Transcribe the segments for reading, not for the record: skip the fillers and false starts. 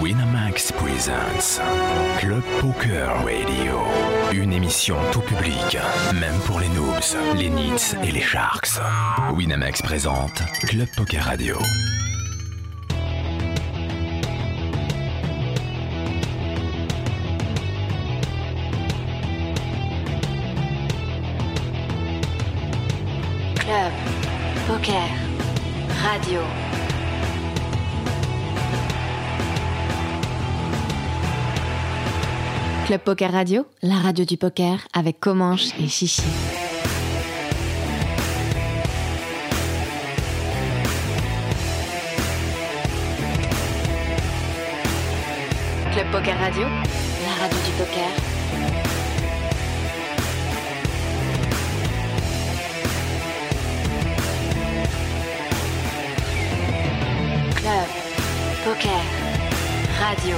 Winamax Presents Club Poker Radio. Une émission tout public, même pour les noobs, les nits et les sharks. Winamax présente Club Poker Radio. Club Poker Radio. Club Poker Radio, la radio du poker avec Comanche et Chichi. Club Poker Radio, la radio du poker. Club Poker Radio.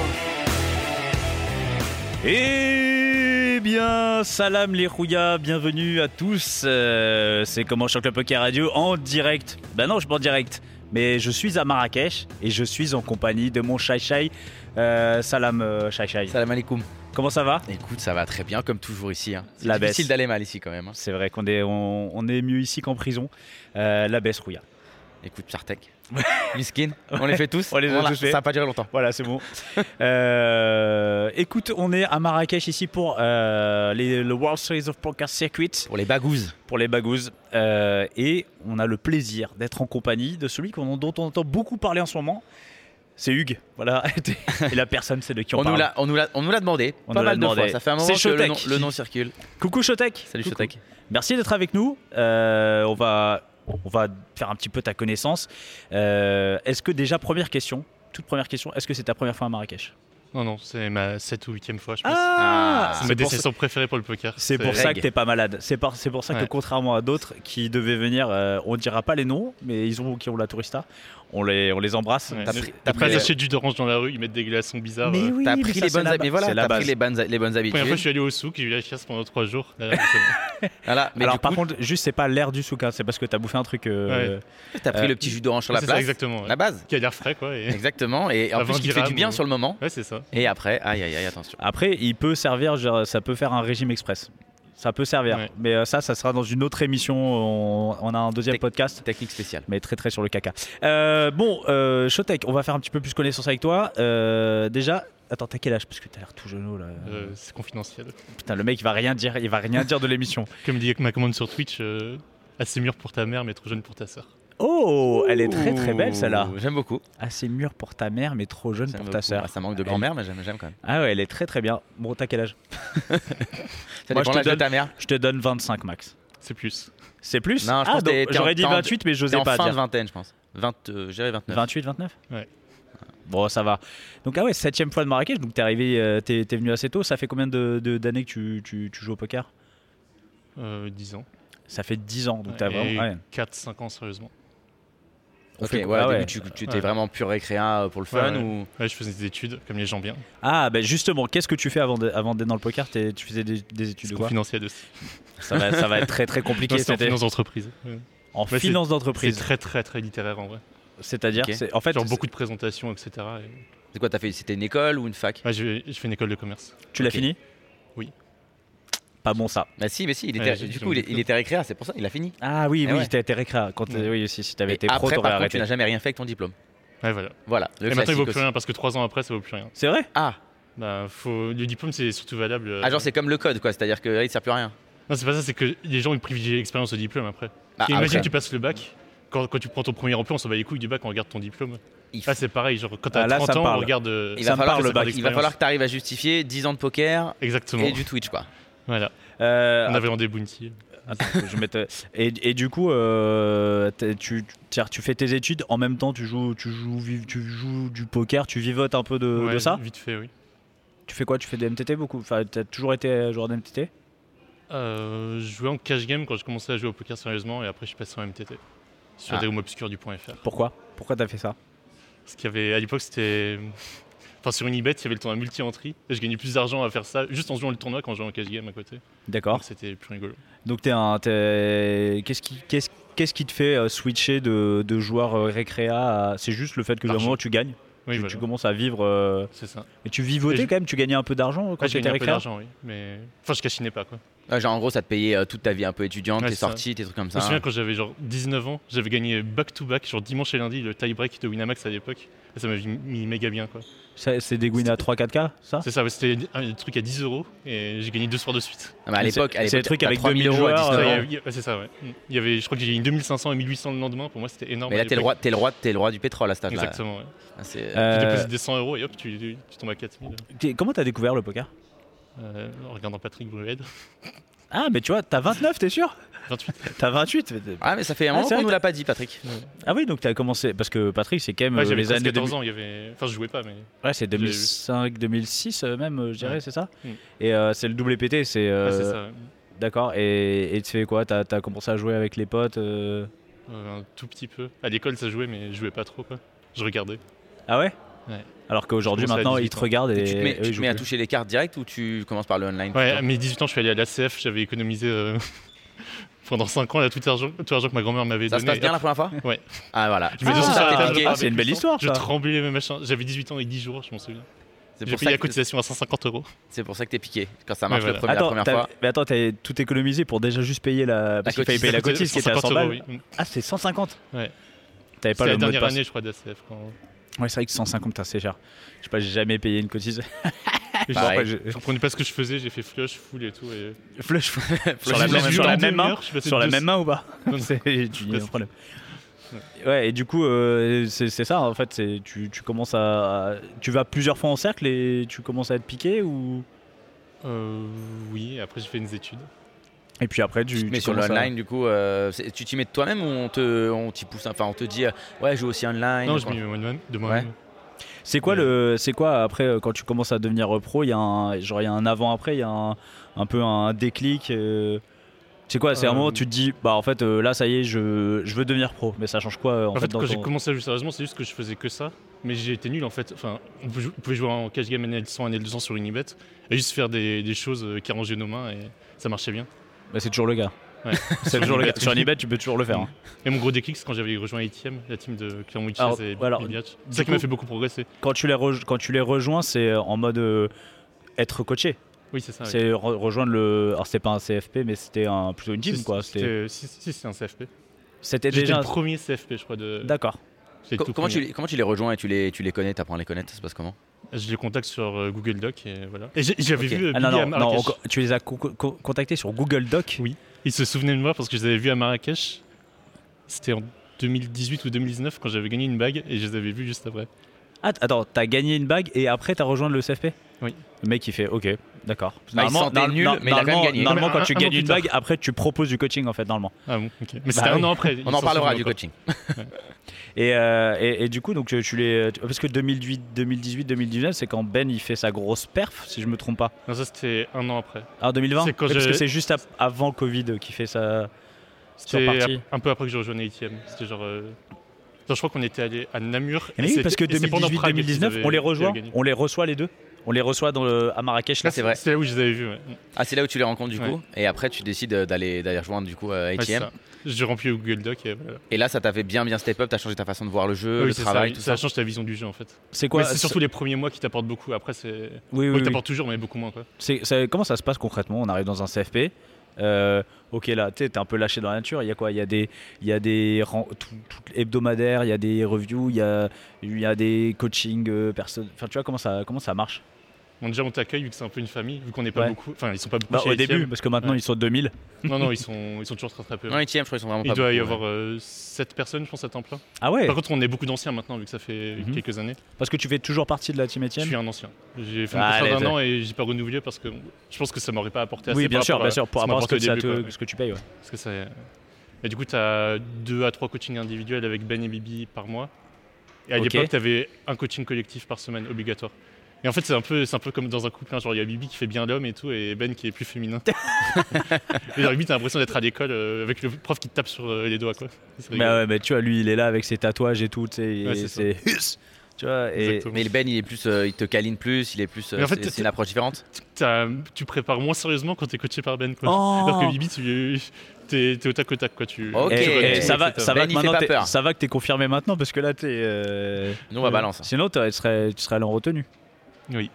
Eh bien, salam les rouillas, bienvenue à tous. C'est Comanche sur Club Poker Radio en direct. Ben non, je suis pas en direct, mais je suis à Marrakech et je suis en compagnie de mon Chai Chai. Salam Chai Chai. Salam alaikum. Comment ça va ? Écoute, ça va très bien comme toujours ici. Hein. C'est la difficile baisse. d'aller mal ici quand même. Hein. C'est vrai qu'on est, on est mieux ici qu'en prison. La baisse rouilla. Écoute, Psartek, Miskin, on les fait tous. On les a tous fait. Ça va pas durer longtemps. Voilà, c'est bon. Écoute, on est à Marrakech ici pour le World Series of Poker Circuit. Pour les bagouzes. Pour les bagouzes. Et on a le plaisir d'être en compagnie de celui dont on entend beaucoup parler en ce moment. C'est Hugues, voilà. Et la personne, c'est de qui on parle. On nous l'a demandé. On pas nous l'a mal demandé. de fois. Ça fait un moment C'est que Shotek. le nom circule. Coucou Shotek. Salut Coucou. Shotek. Merci d'être avec nous. On va faire un petit peu ta connaissance. Est-ce que déjà, toute première question, est-ce que c'est ta première fois à Marrakech ? Non, c'est ma 7e ou 8e fois, je pense. c'est C'est ma pour destination préférée pour le poker. C'est pour ça que t'es pas malade. C'est pour ça que Ouais. contrairement à d'autres qui devaient venir, on ne dira pas les noms, mais qui ont la tourista, on les embrasse. Ouais. T'as Pas pris lâcher du d'orange dans la rue, ils mettent des glaçons bizarres. Mais oui, T'as mais pris ça, les bonnes c'est habitudes. Mais voilà, c'est la t'as base. pris les bonnes La première fois, habitudes. je suis allé au souk, j'ai eu la chasse pendant 3 jours. Derrière, c'est bon. Voilà. Mais Alors du par coup, contre, juste c'est pas l'air du souk, hein, c'est parce que t'as bouffé un truc. t'as pris le petit jus d'orange sur la C'est ça, place. exactement. ouais. La base. Qui a l'air frais, quoi. Et... Exactement. Et en À plus, 20 qui te fait du bien dirhams, sur le moment. Ouais, c'est ça. Et après, aïe, attention. Après, il peut servir, ça peut faire un régime express. Ça peut servir, Ouais. mais ça sera dans une autre émission. On a un deuxième podcast. Technique spéciale. Mais très sur le caca. Shotek, on va faire un petit peu plus connaissance avec toi. Déjà, attends, t'as quel âge ? Parce que t'as l'air tout jeune là. C'est confidentiel. Putain, le mec il va rien dire de l'émission. Comme dit ma commande sur Twitch, assez mûr pour ta mère, mais trop jeune pour ta sœur. Oh, elle est très belle celle-là. J'aime beaucoup. Assez mûre pour ta mère, mais trop jeune J'aime pour ta beaucoup. sœur. Ah, ça manque de grand-mère, mais j'aime quand même. Ah ouais, elle est très bien. Bon, t'as quel âge ? Ça Moi, dépend je de te l'âge de donne- ta mère. Je te donne 25 max. C'est plus. C'est plus ? Non, je pense que donc, t'es j'aurais dit en- 28, mais T'es j'osais en pas fin de dire. vingtaine, je pense. J'irais 29. 28, 29 ? Ouais. Bon, ça va. Donc, ah ouais, 7ème fois de Marrakech. Donc, t'es arrivé, t'es venu assez tôt. Ça fait combien d'années que tu joues au poker ? 10 ans. Ça fait 10 ans. Donc, t'as vraiment. Ouais. 4-5 ans, sérieusement. Ok, fait- ouais, ah au ouais. début, tu étais Ouais. vraiment pur récréa pour le fun Ouais. ou. Ouais, je faisais des études, comme les gens bien. Ah, ben justement, qu'est-ce que tu fais avant d'être dans le poker ? Tu faisais des études C'est de quoi ? confidentiel aussi. Ça va être très compliqué. Non, c'est en c'était- finance d'entreprise. Ouais. En Ouais, finance C'est d'entreprise. très littéraire en vrai. C'est-à-dire, Ok. en fait, Genre beaucoup de présentations, etc. Et... C'est quoi, t'as fait C'était une école ou une fac? Ouais, j'ai fait une école de commerce. tu l'as Ok. fini ? Oui. Pas bon ça. Bah si, il était, Ouais, j'ai du fait coup, mon il diplôme. était récréa, c'est pour ça, il a fini. Ah oui, Eh ouais. t'as été récréa. Ouais. Oui, si t'avais Et été pro, après, t'aurais par contre, tu arrêté. n'as jamais rien fait avec ton diplôme. Ouais, voilà. Voilà, le Et maintenant, il vaut classique plus aussi. rien parce que 3 ans après, ça vaut plus rien. C'est vrai ? Ah, Le diplôme, c'est surtout valable. ah, genre c'est comme le code, quoi, c'est-à-dire que là, il sert plus à rien. Non, c'est pas ça, c'est que les gens ils privilégient l'expérience au diplôme après. Parce que Ah, imagine après. tu passes le bac, quand tu prends ton premier emploi, on s'en bat les couilles du bac, on regarde ton diplôme. Il Là, c'est pareil, genre quand t'as Ah, là, 30 ça me ans, parle. on regarde. Il Ça va me falloir parle, que le bac. il va falloir que tu arrives à justifier 10 ans de poker Exactement. et du Twitch, quoi. Voilà. On Attends, avait en des bounty. je vais mettre- et du coup, tu fais tes études, en même temps tu joues du poker, tu vivotes un peu de Ouais, ça. Vite fait, oui. Tu fais quoi ? Tu fais des MTT beaucoup ? Enfin, t'as toujours été joueur d'MTT ? Je jouais en cash game quand je commençais à jouer au poker sérieusement et après je suis passé en MTT. Sur Ah. des rooms obscurs du .fr. Pourquoi t'as fait ça ? Parce qu'il y avait, à l'époque, c'était. Enfin, sur Unibet, il y avait le tournoi multi-entry. Et je gagnais plus d'argent à faire ça juste en jouant le tournoi qu'en jouant en cash game à côté. D'accord. Donc c'était plus rigolo. Donc qu'est-ce qui te fait switcher de joueur récréa à... C'est juste le fait que d'un L'argent. moment tu gagnes ? Oui, tu voilà. commences à vivre. C'est ça. Et tu vivotais Et quand même, tu gagnais un peu d'argent quand Ouais, tu j'ai étais gagné un peu récréa. d'argent, oui. Mais... Enfin, je cassinais pas, quoi. Ouais, genre en gros, ça te payait toute ta vie un peu étudiante, Ouais, tes c'est ça. sorties, tes trucs comme Je me ça. souviens quand j'avais genre 19 ans, j'avais gagné back-to-back, genre dimanche et lundi, le tie-break de Winamax à l'époque. Et ça m'avait mis méga bien, quoi. C'est des wins à 3-4K, ça C'est ça, ouais, c'était un truc à 10 € et j'ai gagné 2 soirs de suite. Ah, mais à l'époque, c'est le truc t'as avec 3000 2000 € à joueurs, 19 Ouais, ans. ouais, c'est ça, ouais. Il y avait, je crois que j'ai gagné 2500 et 1800 le lendemain, pour moi c'était énorme. Mais là, à t'es le l'époque. roi, t'es le roi du pétrole à cet âge-là. Exactement, ouais. Ah, c'est- Tu déposes des 100 € et hop, tu tombes à 4000 Comment t'as découvert le poker? en regardant Patrick Bruhed. Ah, mais tu vois, t'as 29, t'es sûr? 28. T'as 28. Ah, mais ça fait un Ah, moment c'est qu'on vrai, nous l'a pas dit, Patrick. Ah oui, donc t'as commencé. Parce que Patrick, c'est quand même Ouais, j'avais les années 14 2000. ans, il y avait... Enfin, je jouais pas, mais... Ouais, c'est 2005, 2006 même, je dirais, Ouais. c'est ça. Mm. Et c'est le WPT, c'est. Ouais, c'est ça, ouais. D'accord. Et tu fais quoi? T'as commencé à jouer avec les potes Un tout petit peu. À l'école, ça jouait, mais je jouais pas trop, quoi. Je regardais. Ah ouais? Ouais. Alors qu'aujourd'hui, Je commençais à maintenant, 18 ils te ans. regardent et. Tu te mets, eux, tu ils te jouent mets à plus. toucher les cartes direct ou tu commences par le online Ouais, plutôt à mes 18 ans, je suis allé à l'ACF, j'avais économisé pendant 5 ans là, tout l'argent que ma grand-mère m'avait Ça donné. se passe bien la première fois? Ouais. Ah voilà. Je me Ah, dis, ça, ah, t'es piqué. c'est une belle histoire, Je ça. tremblais mes machins. J'avais 18 ans et 10 jours, je m'en souviens. C'est J'ai pour, payé la ça que, cotisation à 150 €. c'est pour ça que t'es piqué. Quand ça marche Ouais, la voilà. première fois. Mais attends, t'avais tout économisé pour déjà juste payer la. Parce qu'il fallait cotise. payer la cotise qui était à 100 balles. oui. Ah, c'est 150. Ouais. T'avais pas C'était le la mot de dernière passe. année, je crois, d'ACF. Ouais, c'est vrai que 150, putain, c'est cher. Je sais pas, j'ai jamais payé une cotise. Pareil. Je comprenais pas ce que je faisais, j'ai fait flush, full et tout. Et... Flush. Sur sur la même main. je suis passé Sur de la deux- même main ou pas? Non, non. Il y a un problème. Ouais, et du coup, c'est ça en fait. Tu commences tu vas plusieurs fois en cercle et tu commences à être piqué ou. Oui, après j'ai fait des études. Et puis après, tu Mais sur commences à- l'online, du coup, tu t'y mets de toi-même ou on t'y pousse? Enfin, on te dit, ouais, je joue aussi online. Non, je quoi. m'y mets de moi-même. C'est quoi après quand tu commences à devenir pro? Il y a un avant-après, il y a un peu un déclic. C'est quoi? C'est un moment où tu te dis, bah en fait là ça y est, je veux devenir pro. Mais ça change quoi En fait, dans quand j'ai ton- commencé à jouer sérieusement, c'est juste que je faisais que ça. Mais j'ai été nul en fait. Enfin, on pouvait jouer en cash game NL100, NL200 sur Unibet et juste faire des choses qui arrangeaient nos mains et ça marchait bien. Bah, c'est toujours le gars. Ouais. C'est toujours le gars. Sur Unibet, tu peux toujours le faire. hein. Et mon gros déclic, c'est quand j'avais rejoint ATM, la team de Clermont Alors, Witches et alors, Biatch. du C'est ça qui m'a coup- fait beaucoup progresser. Quand tu les rejoins, c'est en mode être coaché. Oui, c'est ça. oui. C'est rejoindre le. Alors c'est pas un CFP, mais c'était plutôt une team Si, quoi. Si, c'est un CFP. C'était J'étais déjà. le premier CFP, je crois. D'accord. J'étais le tout Comment premier. tu les rejoins et tu les connais, t'apprends à les connaître, ça se passe comment? Je les contacte sur Google Doc et voilà. Et j'avais Ok. vu Ah Billy à non, Marrakech. tu les as contactés sur Google Doc. Oui. Ils se souvenaient de moi parce que je les avais vus à Marrakech. C'était en 2018 ou 2019 quand j'avais gagné une bague et je les avais vus juste après. Ah, attends, t'as gagné une bague et après t'as rejoint le CFP? Oui. Le mec il fait ok, d'accord. Bah, il se sentait nul, mais il a quand même gagné. Normalement, Mais quand un tu an gagnes plus une tard. bague, après tu proposes du coaching en fait, normalement. Ah bon, ok. Mais c'était oui. un an après. On en parlera du coaching. Et du coup, donc parce que 2018, 2019, c'est quand Ben il fait sa grosse perf, si je me trompe pas. Non, ça c'était un an après. Alors 2020, C'est quand parce que j'ai- c'est juste avant le Covid qui fait ça. C'était Surparti. un peu après que je rejoignais ATM. C'était genre. Je crois qu'on était allé à Namur. Mais oui, parce que 2018-2019, on les reçoit les deux. On les reçoit à Marrakech. Là, C'est vrai. C'est là où je les avais vus. Ouais. Ah, c'est là où tu les rencontres du Ouais. coup, et après tu décides d'aller rejoindre du coup Ouais, c'est ATM. ça. J'ai rempli le Google Doc et voilà. Et là, ça t'a fait bien step up, t'as changé ta façon de voir le jeu, le c'est travail, ça, tout ça ça. change ta vision du jeu en fait. C'est quoi Mais c'est surtout les premiers mois qui t'apportent beaucoup. Après, c'est. Oui, Bon, oui, ils oui. t'apportent toujours, mais beaucoup moins quoi. Comment ça se passe concrètement? On arrive dans un CFP. Ok, là, t'es un peu lâché dans la nature. Il y a quoi? Il y a des hebdomadaires, il y a des reviews, il y a des coachings personnes. Enfin, tu vois comment ça marche? Bon, déjà, on t'accueille vu que c'est un peu une famille, vu qu'on n'est pas Ouais. beaucoup. Enfin, ils sont pas beaucoup. Bah, chez au ATM. début, parce que maintenant Ouais. ils sont 2000. Non, ils sont toujours très peu. Non, ATM, je crois qu'ils sont vraiment Il pas doit y beaucoup, avoir ouais. 7 personnes, je pense, à temps plein. Ah ouais. Par contre, on est beaucoup d'anciens maintenant, vu que ça fait Mhm. quelques années. Parce que tu fais toujours partie de la team Je Etienne. suis un ancien. J'ai fait mon Ah, contrat allez, d'un an et j'ai pas renouvelé parce que je pense que ça m'aurait pas apporté assez. Oui, bien par sûr, rapport pour à rapport à ce ce que, au début, quoi. ce que tu payes. Ouais. Parce que ça. Et du coup, tu as 2 à 3 coachings individuels avec Ben et Bibi par mois. Et à Ok. l'époque, tu avais un coaching collectif par semaine obligatoire. Et en fait, c'est un peu comme dans un couple. Hein, genre, il y a Bibi qui fait bien l'homme et tout, et Ben qui est plus féminin. Et genre, Bibi, t'as l'impression d'être à l'école avec le prof qui te tape sur les doigts, quoi. C'est rigolo. Mais ouais, mais tu vois, lui, il est là avec ses tatouages et tout, tu sais, Ouais, et c'est c'est tu vois. Et Exactement. Mais le Ben, il est plus, il te câline plus, il est plus. Mais en fait, c'est une approche différente. tu prépares moins sérieusement quand t'es coaché par Ben, quoi. Oh. Alors que Bibi, t'es au tac au tac, quoi. Ok. Et ça va, Ben, que il fait maintenant pas peur. ça va que t'es confirmé maintenant parce que là Nous, on va balancer. Sinon tu serais allé en retenue. Oui.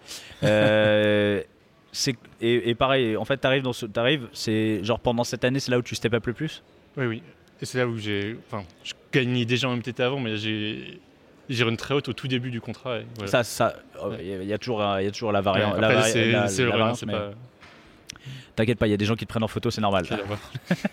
Et pareil, en fait t'arrives, c'est genre pendant cette année, c'est là où tu step up le plus. Oui. Et c'est là où je gagnais déjà en MTT avant, mais j'ai run très haute au tout début du contrat. Et voilà. Il y a toujours la variante. Ouais, après, c'est le run, variante, c'est mais pas. T'inquiète pas, il y a des gens qui te prennent en photo, c'est normal. Je vais la voir.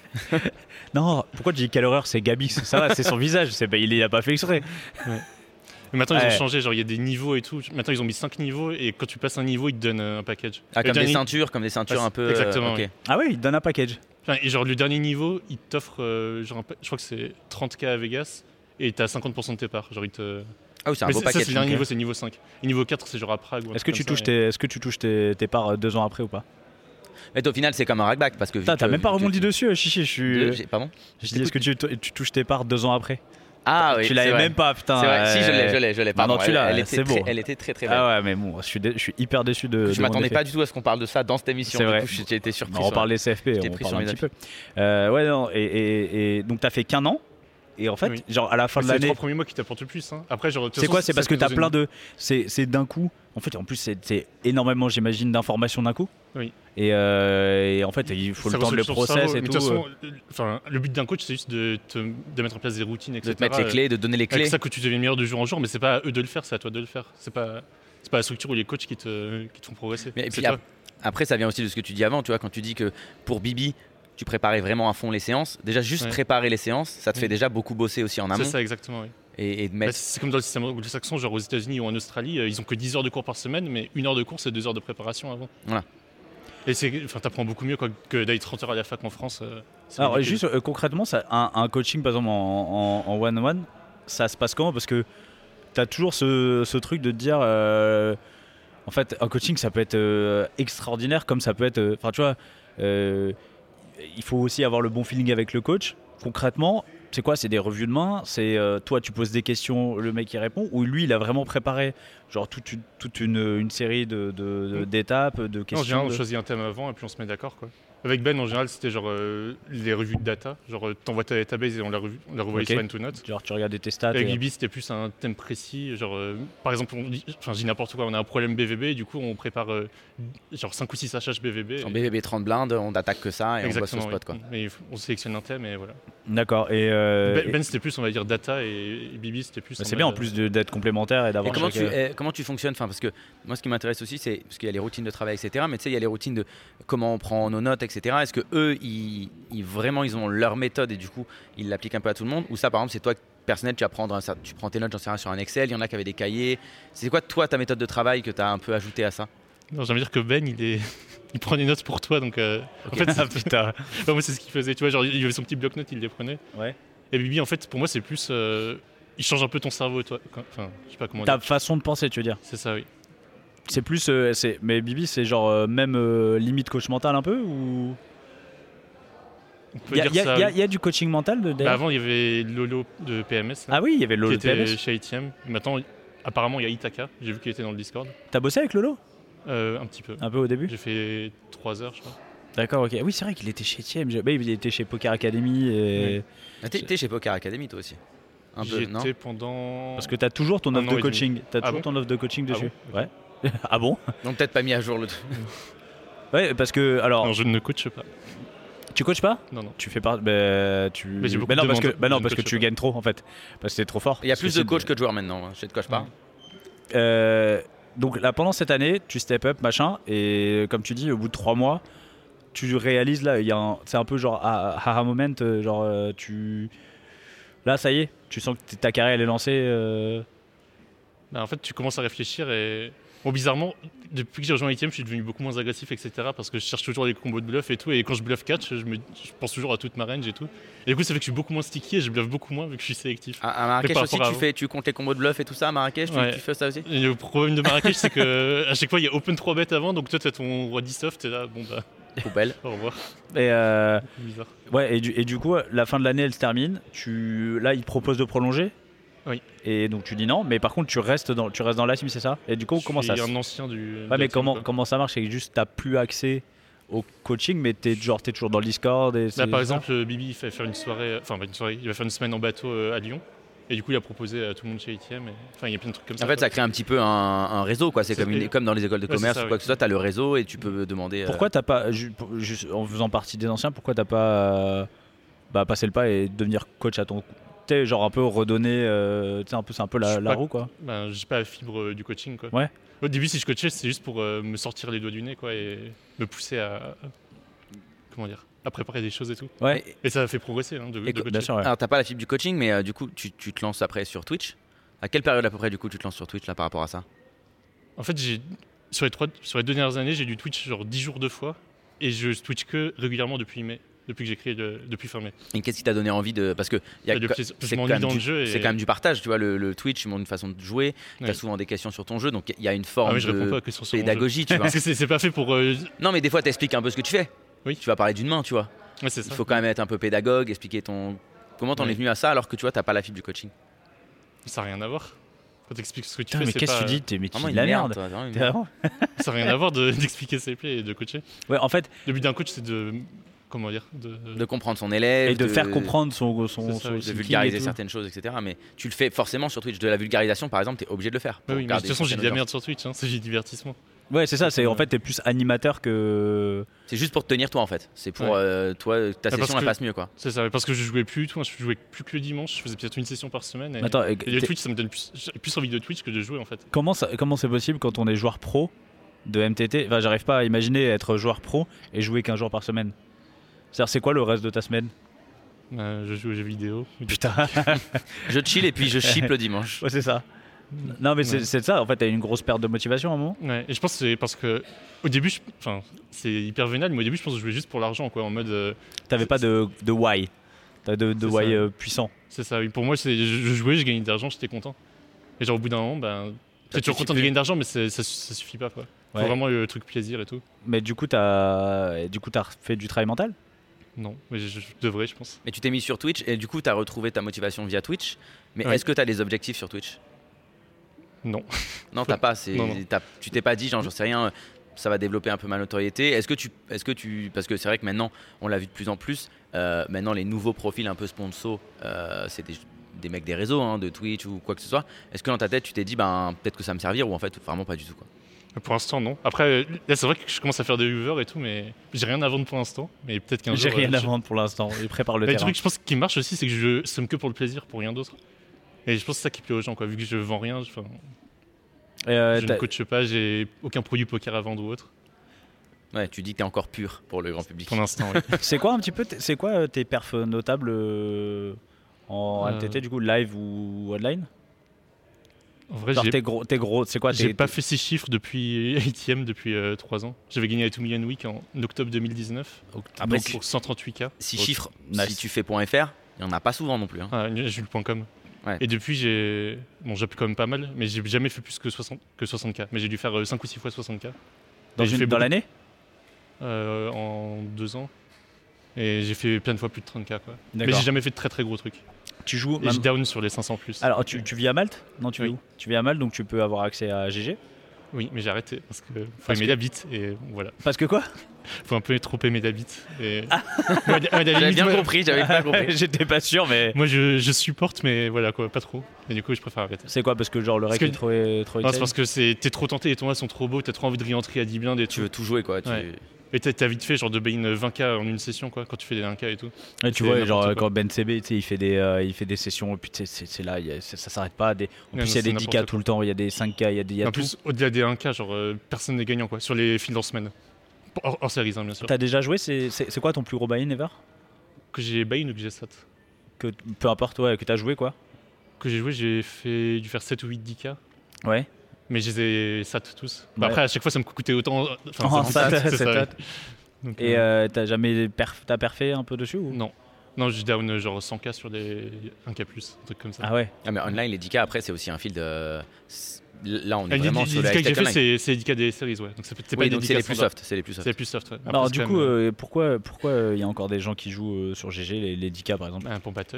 Non, pourquoi tu dis quelle horreur, c'est Gabi, ça va, c'est son visage, il a pas fait exprès. Mais maintenant, ils Ouais. ont changé, genre il y a des niveaux et tout. Maintenant, ils ont mis 5 niveaux et quand tu passes un niveau, ils te donnent un package. Ah, Le comme des dernier- ceintures un peu. Exactement, ok. oui. Ah oui, il te donne un package. Enfin, et genre le dernier niveau, il t'offre, je crois que c'est 30K à Vegas et t'as 50% de tes parts. Genre, Ah oui, c'est un Mais beau ça, package. c'est le dernier ok. niveau, c'est niveau 5. Et niveau 4, c'est genre à Prague. ou un Est-ce que truc tu comme touches ça, et- tes parts 2 ans après ou pas? Mais au final, c'est comme un rackback parce que. Putain, t'as même pas rebondi dessus, chichi, Pardon. Je dis, est-ce que tu touches tes parts 2 ans après? Ah oui. Tu l'avais c'est vrai. même pas, putain. C'est vrai. Si, je l'ai. Pardon. Maintenant, tu l'as, Elle c'est était beau. elle était très très belle. Ah ouais, mais bon, je suis hyper déçu de. Je mon m'attendais effet. pas du tout à ce qu'on parle de ça dans cette émission. C'est Du vrai. coup, j'ai été surpris. On parle des CFP, J'étais on pris parle sur un mes petit peu. Ouais, non, et donc t'as fait qu'un an. Et en fait, Oui. genre à la fin de C'est les l'année. 3 premiers mois qui t'apportent le plus. Hein. Après, genre, de toute C'est quoi? façon, C'est parce ça que te t'as donne plein une- de. C'est d'un coup. En fait, en plus, c'est énormément, j'imagine, d'informations d'un coup. Oui. Et en fait, il faut Ça le temps de le ressort sur le process cerveau. et Mais tout. de toute façon, le but d'un coach, c'est juste de mettre en place des routines, etc. De te mettre les clés, de donner les clés. C'est ça que tu deviens meilleur de jour en jour, mais c'est pas à eux de le faire, c'est à toi de le faire. C'est pas la structure ou les coachs qui te font progresser. Mais et C'est puis toi. après, ça vient aussi de ce que tu dis avant, tu vois, quand tu dis que pour Bibi, tu préparais vraiment à fond les séances. Déjà, juste Ouais. préparer les séances, ça te fait Oui. déjà beaucoup bosser aussi en amont. C'est ça, exactement, oui. Et de Bah, mettre. c'est comme dans le système anglo-saxon, genre aux États-Unis ou en Australie, ils ont que 10 heures de cours par semaine, mais 1 heure de cours, c'est 2 heures de préparation avant. Voilà. Et t'apprends beaucoup mieux quoi, que d'aller 30 heures à la fac en France. C'est Alors, ridicule. juste concrètement, un coaching, par exemple, en one-on-one, ça se passe comment? Parce que t'as toujours ce truc de te dire. En fait, un coaching, ça peut être extraordinaire, comme ça peut être. Enfin, tu vois, il faut aussi avoir le bon feeling avec le coach. Concrètement, c'est quoi? C'est des revues de main? C'est toi, tu poses des questions, le mec il répond? Ou lui, il a vraiment préparé genre toute une série d'étapes, de En questions? général, on choisit un thème avant et puis on se met d'accord, quoi. Avec Ben, en général, c'était genre les revues de data. Genre, t'envoies ta database et on la revoyait Ok. sur N2Note. Genre, tu regardais tes stats. Avec et- Bibi, c'était plus un thème précis. Genre, par exemple, je dis n'importe quoi, on a un problème BVB, et du coup, on prépare genre 5 ou 6 HH BVB. En BVB 30 blindes, on attaque que ça et on bosse au spot, quoi. Oui. Mais on sélectionne un thème et voilà. D'accord. Et, Ben, c'était plus, on va dire, data et Bibi, c'était plus. bah, c'est bien en plus d'être complémentaire et Et d'avoir. comment tu fonctionnes, enfin, parce que moi ce qui m'intéresse aussi c'est parce qu'il y a les routines de travail etc, mais tu sais il y a les routines de comment on prend nos notes etc. Est-ce que eux ils vraiment ils ont leur méthode et du coup ils l'appliquent un peu à tout le monde, ou ça par exemple c'est toi personnel tu prends tes notes j'en sais rien sur un Excel, il y en a qui avaient des cahiers, c'est quoi toi ta méthode de travail que tu as un peu ajouté à ça? Non, j'ai envie de dire que Ben, il prend des notes pour toi, donc en fait, Ah putain. enfin, moi c'est ce qu'il faisait, tu vois, genre il avait son petit bloc-notes, il les prenait. Ouais. Et Bibi, en fait, pour moi, c'est plus, il change un peu ton cerveau, toi. Enfin, je sais pas comment Ta dire. façon de penser, tu veux dire? C'est ça, oui. C'est plus. Mais Bibi, c'est genre même limite coach mental un peu ou. On peut Il dire ça. oui. y a du coaching mental Bah, derrière. avant, il y avait Lolo de PMS, là, Ah oui, il y avait qui Lolo de était PMS. chez ATM. Maintenant, apparemment, il y a Itaka. J'ai vu qu'il était dans le Discord. T'as bossé avec Lolo? Un petit peu. Un peu au début? J'ai fait 3 heures, je crois. D'accord, ok. Oui, c'est vrai qu'il était chez TM. Il était chez Poker Academy. Et... Ah, t'es chez Poker Academy toi aussi un peu, non? J'étais pendant. Parce que t'as toujours ton Un offre an de et demi. coaching. T'as Ah toujours bon ton offre de coaching Ah dessus. bon Ouais. Ah bon? Donc peut-être pas mis à jour le truc. Ouais, parce que. Alors, Non, je ne coache pas. tu coaches pas? Non, non. Tu fais pas. Tu... Mais j'ai beaucoup non, de parce que, demandes. bah non, Je ne parce que coache tu pas. gagnes trop en fait. Parce que t'es trop fort. Il y a Parce plus que de c'est coachs que de joueurs maintenant, hein. Je te coach pas. Donc là, pendant cette année, tu step up, machin, et comme tu dis, au bout de 3 mois, tu réalises là, c'est un peu genre aha moment, genre tu. Là, ça y est, tu sens que ta carrière elle est lancée. Bah, en fait, tu commences à réfléchir et. Bon, bizarrement, depuis que j'ai rejoint ATM, je suis devenu beaucoup moins agressif, etc. Parce que je cherche toujours les combos de bluff et tout. Et quand je bluff catch, je pense toujours à toute ma range et tout. Et du coup, ça fait que je suis beaucoup moins sticky et je bluffe beaucoup moins vu que je suis sélectif. À Marrakech Mais par aussi, rapport à tu comptes les combos de bluff et tout ça à Marrakech, Ouais. tu fais ça aussi? Et le problème de Marrakech, c'est que à chaque fois, il y a open 3 bêtes avant. Donc toi, t'as ton roi 10 soft, t'es là, bon bah, Poubelle. au revoir. Et, Bizarre. ouais, et du coup, la fin de l'année elle se termine. Là, ils te proposent de prolonger. Oui. Et donc tu dis non, mais par contre tu restes dans la team, c'est ça? Et du coup, comment ça Je suis un ancien du. Ouais, mais comment ça marche? C'est que juste t'as plus accès au coaching, mais t'es toujours dans le Discord et Là, par exemple, Bibi il fait faire une soirée, enfin pas une soirée, il va faire une semaine en bateau à Lyon. Et du coup, il a proposé à tout le monde chez ATM. Enfin, il y a plein de trucs comme ça. En fait, ça crée un petit peu un réseau, quoi. C'est comme dans les écoles de commerce ça, ou quoi que ce soit, tu as le réseau et tu peux demander. Pourquoi t'as pas, juste en faisant partie des anciens, pourquoi t'as pas passé le pas et devenir coach à ton genre un peu redonner, c'est un peu la roue, quoi. Ben, j'ai pas la fibre du coaching, quoi. Ouais. Au début, si je coachais, c'est juste pour me sortir les doigts du nez, quoi, et me pousser à préparer des choses et tout. Ouais. Et ça a fait progresser, de Bien coacher. sûr, ouais. Alors, t'as pas la fibre du coaching, mais du coup, tu te lances après sur Twitch. À quelle période à peu près, du coup, tu te lances sur Twitch là par rapport à ça? En fait, sur les 2 dernières années, j'ai du Twitch genre 10 jours 2 fois, et je Twitch que régulièrement depuis mai. Depuis que j'ai créé depuis fin mai. Et qu'est-ce qui t'a donné envie de. Parce que Je m'ennuie dans le jeu. C'est quand même du partage, tu vois. Le Twitch montre une façon de jouer. Ouais. T'as souvent des questions sur ton jeu, donc il y a une forme je réponds pas de aux questions sur mon jeu. pédagogie, tu vois. Parce que c'est pas fait pour. Non, mais des fois, t'expliques un peu ce que tu fais. Oui. Tu vas parler d'une main, tu vois. Ouais, c'est ça. Il faut quand même être un peu pédagogue, expliquer comment t'en es venu à ça, alors que tu vois, t'as pas la fibre du coaching. Ça n'a rien à voir. Quand t'expliques ce que tu Putain, fais, mais c'est qu'est-ce pas. que tu dis? T'es Vraiment de une la merde, merde. toi, vraiment une T'es merde. vraiment- Ça n'a rien à voir d'expliquer ses plays et de coacher. Ouais, en fait, Le but d'un coach, c'est de. Comment dire De comprendre son élève. et de faire comprendre son C'est ça, oui, son De king vulgariser et tout. certaines choses, etc. Mais tu le fais forcément sur Twitch. De la vulgarisation, par exemple, t'es obligé de le faire. pour Oui, mais de garder toute façon, une j'ai de certaine la merde audience. sur Twitch, c'est du divertissement. Ouais, c'est ça. C'est en fait t'es plus animateur que. C'est juste pour te tenir toi, en fait. C'est pour toi, ta parce session, elle que- passe mieux, quoi. C'est ça, parce que je jouais plus, je jouais plus que le dimanche, je faisais peut-être une session par semaine. Et, Attends, et le Twitch, ça me donne plus envie de Twitch que de jouer en fait. comment c'est possible quand on est joueur pro de MTT? Enfin, j'arrive pas à imaginer être joueur pro et jouer qu'un jour par semaine. C'est-à-dire, c'est quoi le reste de ta semaine? Je joue aux jeux vidéo. Putain. Je chill et puis je ship le dimanche. Ouais, c'est ça. Non, mais Ouais. c'est ça. En fait, t'as une grosse perte de motivation à un moment. Ouais, et je pense que c'est parce que au début, c'est hyper vénal, mais au début, je pense que je jouais juste pour l'argent, quoi, en mode. T'avais pas de why. T'as de C'est why ça. puissant. C'est ça, oui. Pour moi, je jouais, je gagnais de l'argent, j'étais content. Et genre au bout d'un moment, t'es toujours suffit content de plus. gagner de l'argent, mais ça suffit pas, quoi. Faut Ouais. vraiment le truc plaisir et tout. Mais du coup, t'as fait du travail mental. Non, mais je devrais, je pense. Mais tu t'es mis sur Twitch et du coup, t'as retrouvé ta motivation via Twitch. Mais Ouais. est-ce que t'as des objectifs sur Twitch? Non. Non, t'as pas. Non. Tu t'es pas dit, genre, j'en sais rien, ça va développer un peu ma notoriété. Est-ce que tu, parce que c'est vrai que maintenant, on l'a vu de plus en plus. Maintenant, les nouveaux profils un peu sponsors, c'est des mecs des réseaux, de Twitch ou quoi que ce soit. Est-ce que dans ta tête, tu t'es dit, peut-être que ça va me servir ou en fait, vraiment pas du tout, quoi. Pour l'instant, non. Après, là, c'est vrai que je commence à faire des viewers et tout, mais j'ai rien à vendre pour l'instant. Mais peut-être qu'un jour. J'ai rien à vendre pour l'instant. Il prépare le Le terrain. truc, je pense, qui marche aussi, c'est que je somme que pour le plaisir, pour rien d'autre. Et je pense que c'est ça qui plaît aux gens, quoi. Vu que je vends rien, je Et, ne coache pas, j'ai aucun produit poker à vendre ou autre. Ouais, tu dis que t'es encore pur pour le grand public. Pour l'instant, oui. c'est quoi un petit peu c'est quoi tes perfs notables en MTT du coup, live ou online? En vrai, Genre t'es gros, c'est quoi? j'ai pas fait 6 chiffres depuis ATM depuis 3 ans. J'avais gagné à 2 Million Week en octobre 2019. Après, Donc pour 130K. 6 Ok, chiffres, nice. si tu fais .fr, il y en a pas souvent non plus. Ah, j'ai eu le .com. Ouais. Et depuis, j'ai quand même pas mal, mais j'ai jamais fait plus que 60K. Mais j'ai dû faire 5 ou 6 fois 60K. Dans Et j'ai fait dans beaucoup- l'année? En 2 ans. Et j'ai fait plein de fois plus de 30K, quoi. Mais D'accord. j'ai jamais fait de très très gros trucs. Tu joues Et j'ai down sur les 500 plus. Alors tu vis à Malte? Non, tu vis Oui. où? Tu vis à Malte, donc tu peux avoir accès à GG. Oui, mais j'ai arrêté parce que faut Parce aimer que- la bite et voilà. Parce que quoi? Faut un peu trop aimer la bite. Et... J'avais bien compris, j'avais pas compris. J'étais pas sûr, mais Moi je supporte, mais voilà quoi, pas trop. Et du coup, je préfère arrêter. c'est quoi? Parce que genre le Parce rec que- est trop Non, c'est insane? parce que t'es trop tenté, les tournois sont trop beaux, t'as trop envie de réentrer à 10 blindes et Tu tout. veux tout jouer, quoi. Ouais. Et t'as vite fait genre de buy-in 20K en une session, quoi, quand tu fais des 1K et tout. Ouais, tu c'est vois, n'importe genre quoi. quand Ben CB, tu sais, il fait des sessions et puis tu sais, c'est là, ça s'arrête pas. En Ouais, plus, non, il y a des c'est 10K n'importe tout le temps, il y a des 5K, il y a En tout. plus, au-delà des 1K, genre personne n'est gagnant, quoi, sur les files en semaine. Hors séries, bien sûr. T'as déjà joué? C'est quoi ton plus gros buy-in ever? Que j'ai buy-in ou que j'ai sat. Peu importe, ouais, que t'as joué quoi? Que j'ai joué, dû faire 7 ou 8 10K. Ouais. Mais je les ai sat tous. Ouais. Après, à chaque fois, ça me coûtait autant. Oh, ça me sat, coûte, c'est ça. sat. Donc, Et t'as jamais t'as perfé un peu dessus ou? Non. Non, je down genre 100K sur des 1K+, un truc comme ça. Ah ouais. Ah, mais online, les 10K, après, c'est aussi un fil de. Là, on est Les vraiment 10K sur la que j'ai high-tech fait, online. c'est les 10K des séries, ouais. Donc c'est pas Oui, des donc 10K c'est les plus standards. soft. C'est les plus soft. C'est les plus soft, ouais. Alors Après, du c'est coup, quand même, pourquoi il y a encore des gens qui jouent sur GG, les 10K par exemple? pour battle.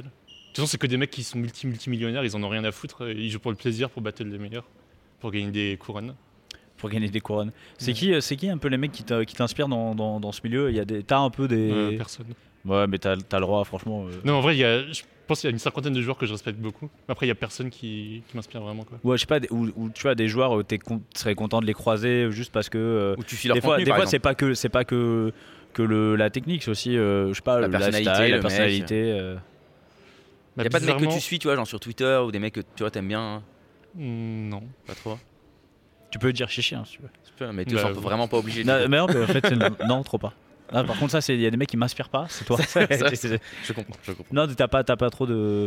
toute façon, c'est que des mecs qui sont multimillionnaires, ils en ont rien à foutre. Ils jouent pour le plaisir, pour battre les meilleurs, pour gagner des couronnes. Pour gagner des couronnes. C'est qui un peu les mecs qui t'inspirent dans ce milieu? T'as un peu des. Personne. Ouais, mais t'as le droit, franchement. Non, en vrai, je pense qu'il y a une cinquantaine de joueurs que je respecte beaucoup. Après, il y a personne qui m'inspire vraiment, quoi. Ouais, je sais pas, ou tu vois, des joueurs où tu serais content de les croiser juste parce que. Ou tu suis leur des fois, contenu, des par fois exemple. c'est pas que la technique, c'est aussi, je sais pas, La le personnalité, lifestyle, le la mec. personnalité. Bah, Y a pas de mecs que bizarrement- tu suis, tu vois, genre sur Twitter, ou des mecs que tu vois, t'aimes bien, hein. Non. Pas trop. Tu peux dire chichi, hein, si tu veux. Mais tu Bah, sens vraiment pas obligé. Non, mais en fait, non, trop pas. Ah, par contre, ça, il y a des mecs qui m'inspirent pas, c'est toi. Je comprends. Non, t'as pas trop de.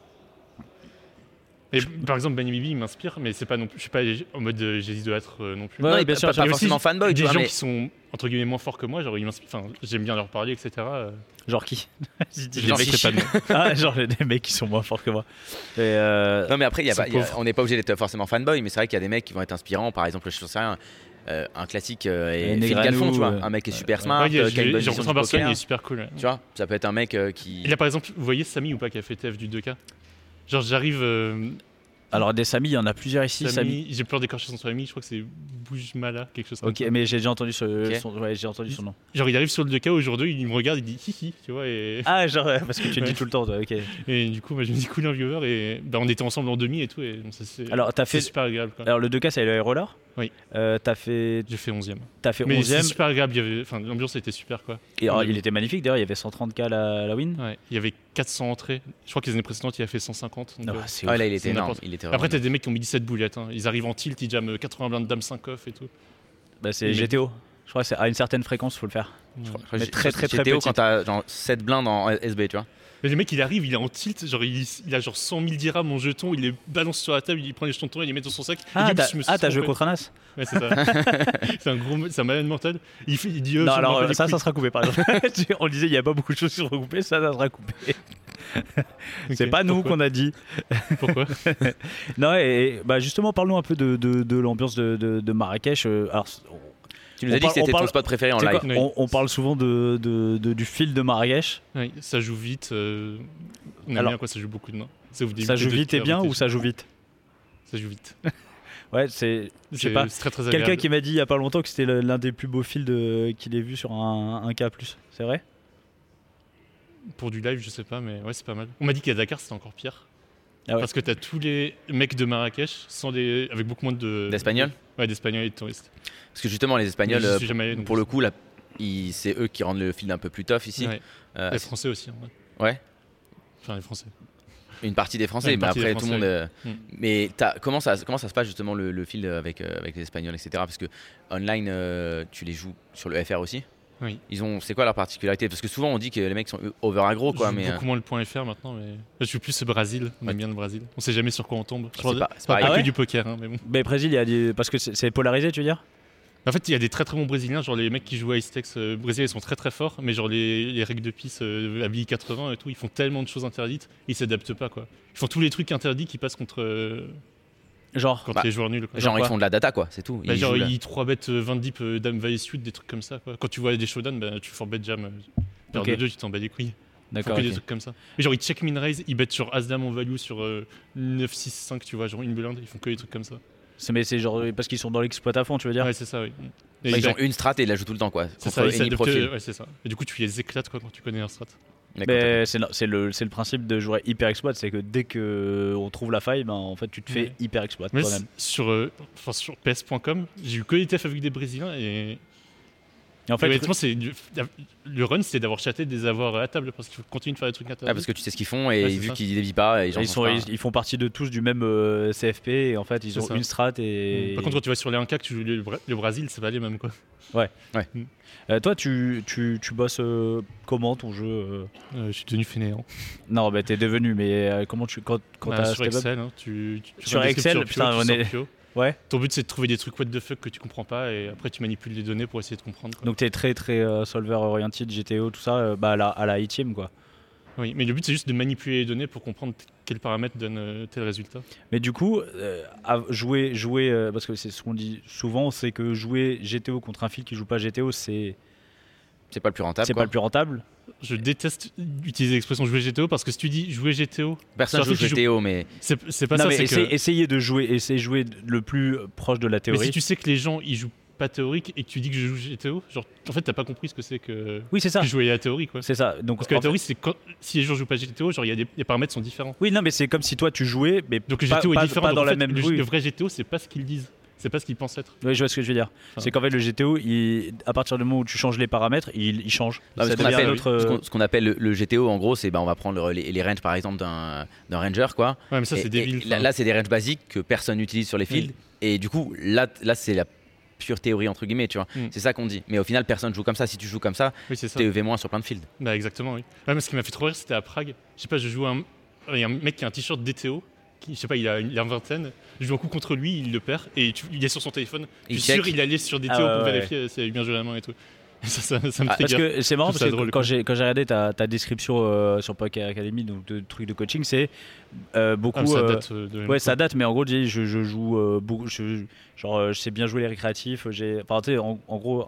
Et par exemple, Ben Bibi, il m'inspire, mais c'est pas non plus. Je suis pas en mode j'hésite de l'être non plus. Ouais, Non, bien bien sûr, sûr, pas Il y a forcément aussi fanboy, tu des vois, gens mais qui sont entre guillemets moins forts que moi, genre ils m'inspirent. Enfin, j'aime bien leur parler, etc. Genre qui? Je Genre ne sais pas de nom. Ah, genre des mecs qui sont moins forts que moi. Et non, mais après, Ils sont pauvres. on n'est pas obligé d'être forcément fanboy, mais c'est vrai qu'il y a des mecs qui vont être inspirants. Par exemple, je sais rien, un classique est Phil Negreanu, Galfond, tu vois, un mec qui est super smart, Ouais, qui a une bonne j'ai vision rencontré du un Barcelone, il poker. est super cool. Ouais. Tu vois, ça peut être un mec qui. Il a par exemple, vous voyez Samy ou pas qui a fait TF du 2K. Genre j'arrive. alors des Samy, il y en a plusieurs ici. Samy. J'ai peur d'écorcher son famille, je crois que c'est Boujmala, quelque chose comme Ok, ça. mais j'ai déjà entendu Ok. j'ai entendu son nom. Genre il arrive sur le 2K aujourd'hui, il me regarde, il dit hihi, tu vois. Et, Ah, genre parce que tu le dis Ouais. tout le temps, toi. Ok. et du coup, moi, je me dis cool un viewer et bah, on était ensemble en demi et tout. Et ça, c'est Alors t'as fait. super agréable. Quoi. Alors le 2K, c'est le Air Roller. Oui. T'as fait J'ai fait 11ème. Mais Mais c'est 11ème. super agréable, l'ambiance était super quoi. Et alors, il était magnifique d'ailleurs, il y avait 130K la win. Ouais. Il y avait 400 entrées. Je crois que les années précédentes, il a fait 150. Donc, Non, c'est Ah, ouf. là, il c'est était énorme. n'importe- Il était Après, vraiment- t'as des mecs qui ont mis 17 boulettes. Hein. Ils arrivent en tilt, ils jamment 80 blindes dames 5 off et tout. Bah, c'est Mais- GTO. Je crois que c'est à une certaine fréquence, faut le faire. Je crois Mais que très, très, très GTO petite. quand t'as genre 7 blindes en SB, tu vois. Mais le mec, il arrive, il est en tilt, genre il a genre 100 000 dirhams en jetons, il les balance sur la table, il prend les jetons, il les met dans son sac. Ah, il dit, je me suis t'as joué trompé. contre un as. Ouais, c'est ça. c'est un malade mental. Il dit, Non, je m'en bats alors les ça couilles. sera coupé par exemple. On disait il n'y a pas beaucoup de choses sur regroupées, ça sera coupé. C'est Ok, pas nous pourquoi qu'on a dit. Pourquoi Non, et bah justement, parlons un peu de l'ambiance de Marrakech. Alors, Tu nous as On dit que parle- c'était on ton parle- spot préféré en tu sais live. quoi, Oui. on parle souvent du fil de Marrakech. Ouais, ça joue vite. On aime Alors- bien quoi, ça joue beaucoup de mains. Ça ouvre des Ça des joue deux vite et cœurs, bien des- ou ça joue vite? Ça joue vite. Ouais, c'est. Je sais C'est pas. c'est très très Quelqu'un agréable. qui m'a dit il y a pas longtemps que c'était l'un des plus beaux fils qu'il ait vu sur un K+. C'est vrai? Pour du live, je sais pas, mais ouais, c'est pas mal. On m'a dit qu'à Dakar, c'était encore pire. Ah ouais. Parce que t'as tous les mecs de Marrakech avec beaucoup moins D'Espagnols. Ouais, d'Espagnols et de touristes. Parce que justement, les Espagnols, Mais j'y suis jamais allé, donc pour le coup, là, c'est eux qui rendent le film un peu plus tough ici. Ouais. Les Français aussi. En vrai. Ouais. Enfin, les Français. Une partie des Français, Ouais, une mais partie après des tout le monde. Français, Mais comment ça se passe justement le fil avec les Espagnols, etc. Parce que online, tu les joues sur le FR aussi. Oui. C'est quoi leur particularité? Parce que souvent on dit que les mecs sont over aggro, quoi. Je joue Mais beaucoup moins le point FR maintenant, mais je suis plus Brésil. On Ouais. aime bien le Brésil. On sait jamais sur quoi on tombe. C'est Je crois- pas- c'est pas pareil. Ah que ouais du poker, hein, mais bon. Mais Brésil, il y a des. Parce que c'est polarisé, tu veux dire? En fait, il y a des très très bons Brésiliens, genre les mecs qui jouent à Istex Brésil, ils sont très très forts, mais genre les règles de piste à Billy 80 et tout, ils font tellement de choses interdites, ils s'adaptent pas quoi. Ils font tous les trucs interdits qui passent contre Genre. Bah, les joueurs nuls. Quoi. Genre ils quoi font de la data, quoi, c'est tout. Bah, Ils genre jouent là. ils 3 bet 20 deep dame valet suite, des trucs comme ça quoi. Quand tu vois des showdowns, bah, tu 4 bet jam paire Ok. de 2, tu t'en bats les couilles. Ils font D'accord. que des ok. trucs comme ça. Mais genre ils check min raise, ils bet sur as dame en value sur 9 6 5, tu vois, genre une blinde, ils font que des trucs comme ça. Mais c'est genre parce qu'ils sont dans l'exploit à fond, tu veux dire? Ouais, c'est ça, oui. Et Bah, ils bah, ont une strat et ils la jouent tout le temps, quoi. c'est Contre ça, ils any s'adaptent, profil. ouais, c'est ça. Et du coup, tu les éclates quoi quand tu connais leur strat. D'accord. Mais c'est le principe de jouer hyper exploit, c'est que dès que on trouve la faille, ben en fait tu te fais Ouais. hyper exploit Mais toi-même. sur PS.com, j'ai eu que des TF avec des Brésiliens et Et en fait, honnêtement, le run c'est d'avoir chaté des avoirs à table parce qu'il faut continuer de faire des trucs interdits. Ah, parce que tu sais ce qu'ils font et Ouais, c'est vu ça. qu'ils dévient pas, ils font partie de tous du même CFP et en fait ils C'est ont ça. une strat et. Par contre, quand tu vas sur les 1K que tu joues le Brésil, c'est pas les mêmes quoi. Toi tu bosses comment ton jeu Je suis devenu fainéant. Non, bah t'es devenu, mais comment quand Bah, t'as sur step up Excel, hein, tu Sur fais un script Excel, sur Pio, putain, tu on sors est- Pio. Ouais. Ton but c'est de trouver des trucs what the fuck que tu comprends pas et après tu manipules les données pour essayer de comprendre. Quoi. Donc t'es très très solver oriented, GTO, tout ça, bah à la ITM quoi. Oui, mais le but c'est juste de manipuler les données pour comprendre quels paramètres donnent tel résultat. Mais du coup, jouer parce que c'est ce qu'on dit souvent, c'est que jouer GTO contre un fil qui joue pas GTO, c'est C'est pas le plus rentable. C'est quoi. pas le plus rentable. Je déteste utiliser l'expression jouer GTO parce que si tu dis jouer GTO, Personne en fait, joue GTO, mais c'est pas Non, ça. mais C'est que essayez de jouer le plus proche de la mais théorie. si tu sais que les gens ils jouent pas théorique et que tu dis que je joue GTO, genre en fait t'as pas compris ce que c'est que Oui, c'est ça. jouer à la théorie quoi. C'est ça. Donc Parce que la en fait- théorie c'est si les gens jouent pas GTO, genre les paramètres sont différents. Oui, non, mais c'est comme si toi tu jouais, mais Donc le pas, GTO est pas- différent. pas donc dans en la fait, même. le Oui. vrai GTO c'est pas ce qu'ils disent, c'est pas ce qu'ils pensent être. Oui, je vois ce que je veux dire. C'est qu'en fait, le GTO, à partir du moment où tu changes les paramètres, il change. Non, mais Ça ce qu'on devient appelle, notre. ce qu'on appelle le GTO, en gros, c'est on va prendre les ranges par exemple d'un ranger, quoi. Ouais, mais ça c'est Et débile. là, c'est des ranges basiques que personne n'utilise sur les fields. Et du coup, là c'est la pure théorie entre guillemets, tu vois. C'est ça qu'on dit. Mais au final, personne joue comme ça. Si tu joues comme ça, Oui, c'est ça. t'es EV- sur plein de fields. Bah exactement, oui. Ouais, mais ce qui m'a fait trop rire, c'était à Prague. Je sais pas, je joue il y a un mec qui a un t-shirt DTO. Je sais pas, il a une vingtaine. Je joue un coup contre lui, il le perd et il est sur son téléphone. Je Il suis sûr, check. il allait sur DTO Ah ouais, pour ouais. vérifier si il avait bien joué la main et tout. Et ça me Parce trigger. que c'est marrant Je trouve parce ça que drôle, quand quoi. j'ai regardé ta description sur Poker Academy, donc de trucs de coaching, c'est beaucoup. Ah, mais ça date de Ouais, ça date, mais en gros, je joue beaucoup. Je sais bien jouer les récréatifs. Enfin, tu sais, en gros,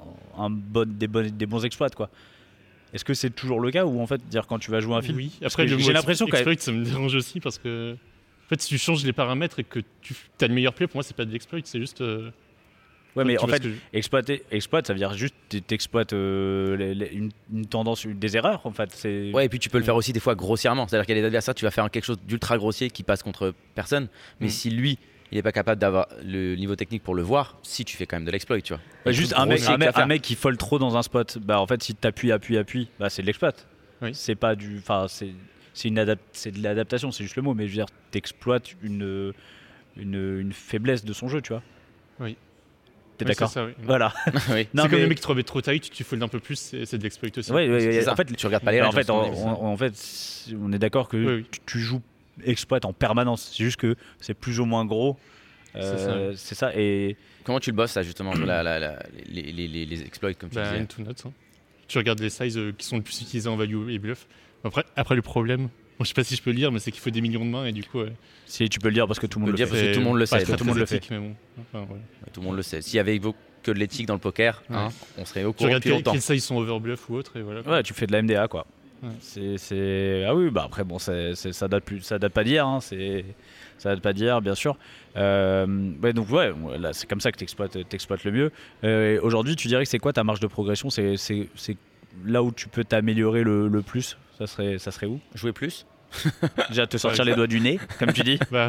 des bons exploits, quoi. Est-ce que c'est toujours le cas ou en fait, dire quand tu vas jouer un film Oui, Parce après que le j'ai mot l'impression exploit, ça me dérange aussi parce que en fait, si tu changes les paramètres et que tu as le meilleur play, pour moi, c'est pas de l'exploit, c'est juste. Ouais, mais tu en vois fait, ce que exploite, ça veut dire juste t'exploites une tendance, des erreurs, en fait. C'est. Ouais, et puis tu peux le faire aussi des fois grossièrement. C'est-à-dire qu'il y a des adversaires, tu vas faire quelque chose d'ultra grossier qui passe contre personne. Mais si lui, il n'est pas capable d'avoir le niveau technique pour le voir, si tu fais quand même de l'exploit, tu vois. Bah, Et juste tout grossier que tu vas un faire. mec qui fold trop dans un spot, bah en fait si t'appuies, bah c'est de l'exploit. Oui. C'est pas du, enfin c'est c'est de l'adaptation, c'est juste le mot, mais je veux dire t'exploites une faiblesse de son jeu, tu vois. Oui. T'es Ouais, d'accord? c'est ça, oui. Voilà. Oui. Non, C'est comme mais- les mecs qui te remettent trop tight, tu fold un peu plus, c'est de l'exploit aussi. Ouais, C'est ça. en fait, tu regardes pas les en ranges. fait, à mon avis. en fait, on est d'accord que Oui, oui. tu joues exploit en permanence. C'est juste que c'est plus ou moins gros. C'est ça. Et Comment tu le bosses ça justement les exploits comme tu Bah, disais. into notes, hein. Tu regardes les sizes qui sont le plus utilisés en value et bluff. Après le problème, je sais pas si je peux le lire, mais c'est qu'il faut des millions de mains et du coup. si tu peux le dire parce que tout le monde peux le le dire fait. parce que tout le monde le sait, Pas très, tout le monde très le fait. éthique, mais bon. Enfin, ouais. Tout le monde le sait. S'il y avait que de l'éthique dans le poker, Ouais. hein, on serait au Tu courant regardes depuis longtemps. quels sizes sont overbluff ou autre et voilà. quoi. Ouais, tu fais de la MDA quoi. Ouais. Ah oui, bah après bon, ça date pas d'hier, hein, ça date pas d'hier, bien sûr. Ouais, donc ouais, là c'est comme ça que t'exploites le mieux. Aujourd'hui, tu dirais que c'est quoi ta marge de progression? C'est là où tu peux t'améliorer le plus. Ça serait où? Jouer plus. Déjà te sortir les doigts du nez, comme tu dis. Bah,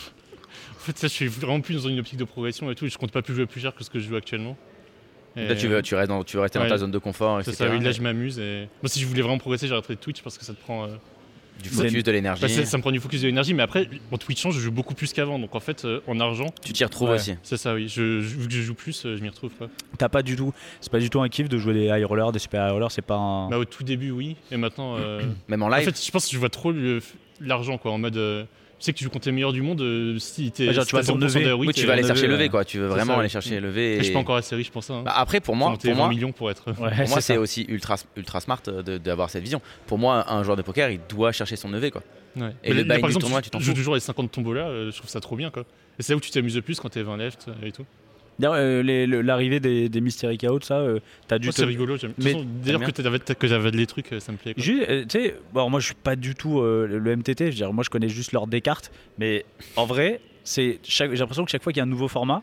en fait, ça, je suis vraiment plus dans une optique de progression et tout. Et je compte pas plus jouer plus cher que ce que je joue actuellement. Et Là, tu veux rester dans Ouais. ta zone de confort, c'est etc. ça, oui, là je m'amuse. Et... Moi, si je voulais vraiment progresser, j'arrêterais de Twitch parce que ça te prend. Du focus, de l'énergie. Bah, ça me prend du focus de l'énergie. Mais après, en Twitchant, je joue beaucoup plus qu'avant. Donc en fait, en argent, Tu t'y retrouves Ouais. aussi. c'est ça, oui. Vu que je joue plus, je m'y retrouve. Quoi. C'est pas du tout un kiff de jouer des high rollers, des super high rollers, c'est pas un. Bah, au tout début, oui. Et maintenant. Même en En live. fait, je pense que je vois trop l'argent, quoi. En mode. Tu sais que tu joues contre les meilleurs du monde, si t'es. Ouais, genre, si tu vas t'as sur 0% lever. d'heure, Oui, tu t'es- vas aller lever, chercher ouais. lever quoi. Tu veux vraiment ça, aller oui. chercher lever. Et je suis et- pas encore assez riche pour ça. Hein. Bah, après, pour moi, Monter 20 millions pour être. Ouais, pour moi, c'est ça. aussi ultra smart d'avoir cette vision. Pour moi, un joueur de poker, il doit chercher son lever quoi. Ouais. Et Mais le là, buy par du exemple, tournoi, tu t'en joues fous. toujours les 50 tombola, je trouve ça trop bien quoi. Et c'est là où tu t'amuses le plus quand t'es 20 left et tout. D'ailleurs, l'arrivée des Mystery Chaos, ça, t'as dû Moi, c'est rigolo. J'aime. Mais- D'ailleurs, que t'avais les trucs, ça me plaît. Quoi. Tu sais, bon, moi je suis pas du tout le MTT, je veux dire, moi je connais juste leur cartes, mais en vrai, j'ai l'impression que chaque fois qu'il y a un nouveau format,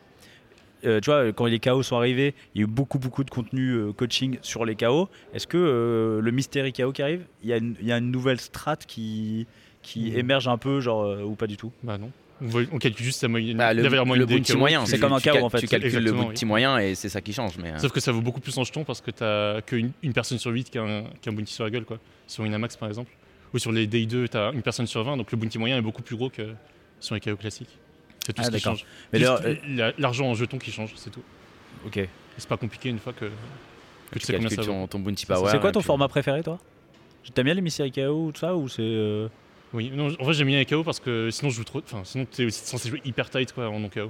tu vois, quand les KO sont arrivés, il y a eu beaucoup de contenu coaching sur les KO. Est-ce que le Mystery KO qui arrive, il y a une nouvelle strat qui émerge un peu, genre, ou pas du tout? Bah non. On calcule juste sa moyenne. Bah, la valeur le moyenne des bounty KO. moyen, c'est comme un KO, en fait. Tu calcules le Exactement, bounty oui. moyen et c'est ça qui change. Mais Sauf que ça vaut beaucoup plus en jetons parce que t'as qu'une personne sur 8 qu'un bounty sur la gueule, quoi. Sur Winamax par exemple. Ou sur les Day2, t'as une personne sur 20, donc le bounty moyen est beaucoup plus gros que sur les KO classiques. C'est tout Ah, ce qui d'accord. change. Mais Juste d'ailleurs, l'argent en jetons qui change, c'est tout. ok. Et c'est pas compliqué une fois que tu tu sais combien ça calcules vaut. ton bounty C'est ça. power. C'est quoi ton et puis- format préféré, toi? T'aimes bien les Mystery KO ou tout ça, ou c'est. Oui, non, en vrai j'aime bien les KO parce que sinon je joue trop. Enfin, sinon t'es aussi censé jouer hyper tight quoi en non KO.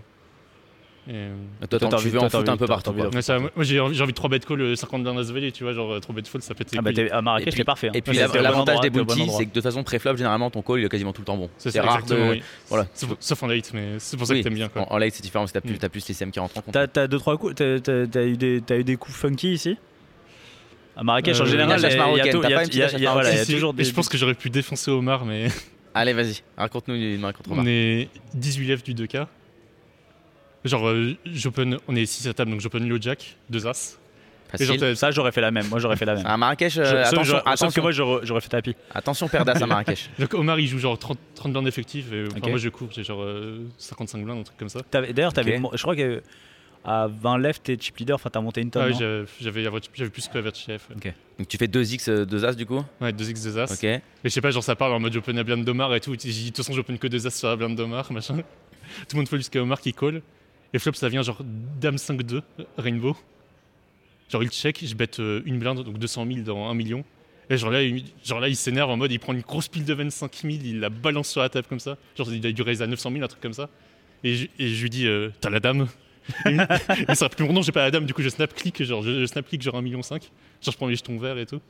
Et, Toi, Toi, t'as tu veux envie- en toi, foutre t'as un peu envie- partout. t'as envie quoi. ouais, moi j'ai envie de 3 bet call 50 dernières vallées, tu vois, genre 3 bet fold ça pète les Ah bah couilles. à Marrakech, Et puis- c'est parfait. hein. Et puis Ouais, t'es au bon l'avantage endroit, des t'es au bon bounties, endroit. c'est que de toute façon pré-flop, généralement ton call il est quasiment tout le temps bon. C'est C'est ça, rare exactement, de. oui. Voilà. Sauf en late, mais c'est pour ça Oui, que t'aimes bien quoi. En late c'est différent parce que t'as plus les CM qui rentrent en compte. T'as 2-3 coups, t'as eu des coups funky ici? À Marrakech, en Une général, chasse il y a marocaine, tout- t'as il y a- pas une petite il y a- chasse il y a- voilà, il y a Si, toujours et des. je pense que j'aurais pu défoncer Omar, mais Allez, vas-y, raconte-nous une main contre Omar. on est 18 lèvres du 2K. Genre, on est 6 à table, donc j'open le jack, 2 as. Et genre, Facile. Ça, j'aurais fait la même. Moi, j'aurais fait la même. À Marrakech, Sauf- attention, sauf que moi, j'aurais fait tapis. attention, père d'as à Marrakech. Donc Omar il joue genre 30 blindes d'effectifs et Ok. moi je cours, j'ai genre 55 blindes, un truc comme ça. D'ailleurs, Ok. je crois que à 20 left, t'es chip leader. Enfin, t'as monté une Ah tonne. ouais, non j'avais plus que Averchef. Donc tu fais 2x, 2 as du coup. Ouais, 2x, 2 as. Ok. Mais je sais pas, genre ça parle en mode j'open la blinde d'Omar et tout. De toute façon, j'open que 2 as sur la blinde d'Omar, machin. Tout le monde fold jusqu'à Omar qui call. Et flop, ça vient genre Dame 5-2, Rainbow. Genre il check, je bet une blinde, donc 200 000 dans 1 million. Et genre là, il s'énerve en mode il prend une grosse pile de 25 000, il la balance sur la table comme ça. Genre il a dû raise à 900 000, un truc comme ça. Et je lui dis t'as la dame. Et ça plus non, j'ai pas la dame, du coup je snap click, genre je snap click genre 1,5 million. Genre je prends les jetons verts et tout.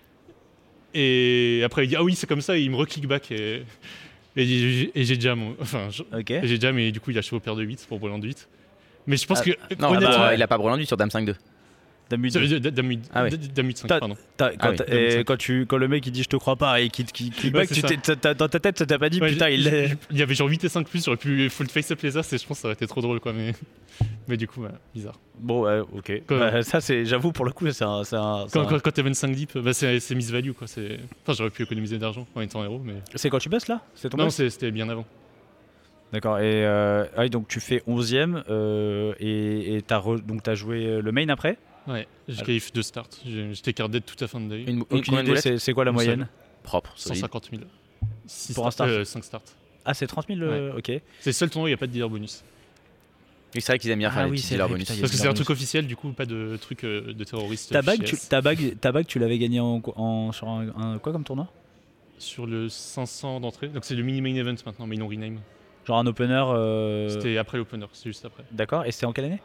Et après il dit ah oui c'est comme ça et il me reclick back et j'ai jam. Enfin Ok. et j'ai jam et du coup il a chaud paire de 8 pour Breland 8. Mais je pense Ah, que Non, honnêtement, il a pas Breland sur Dame 5-2. Dame huit. Dame 8 Ah ouais. 5 T'as- pardon. Quand, oui, et quand le mec il dit je te crois pas et qu'il back, c'est ça. dans ta tête ça t'a pas dit Ouais, putain il est. il y avait genre 8 et 5 plus, j'aurais pu full face up les as et je pense que ça aurait été trop drôle quoi mais du coup bizarre. Bon ok. Quand- Bah, ça c'est j'avoue pour le coup c'est un. Quand t'es 25 deep, c'est miss value quoi, enfin j'aurais pu économiser d'argent en étant héros mais C'est quand tu baisses là? C'est ton non, baisse c'était bien avant. D'accord. Et donc tu fais 11ème et t'as joué le main après? Ouais, j'ai qualifié de start. J'étais card dead toute la fin de day. Aucune combien de idée, boulettes c'est quoi la Une moyenne? Propre, solide. 150 000. Pour un start. 5 starts. Ah c'est 30 000 ok. C'est le seul tournoi où il n'y a pas de dealer bonus. Oui, c'est vrai qu'ils aiment bien faire Ah les oui, petits c'est dealers vrai, bonus. putain, Parce que c'est dealer un truc bonus. officiel, du coup, pas de truc de terroriste. Ta bague, fichier. ta bague tu l'avais gagnée sur un quoi comme tournoi? Sur le 500 d'entrée. Donc c'est le mini main event maintenant, mais ils l'ont rename. Genre un opener. C'était après l'opener, c'est juste après. D'accord. Et c'était en quelle année?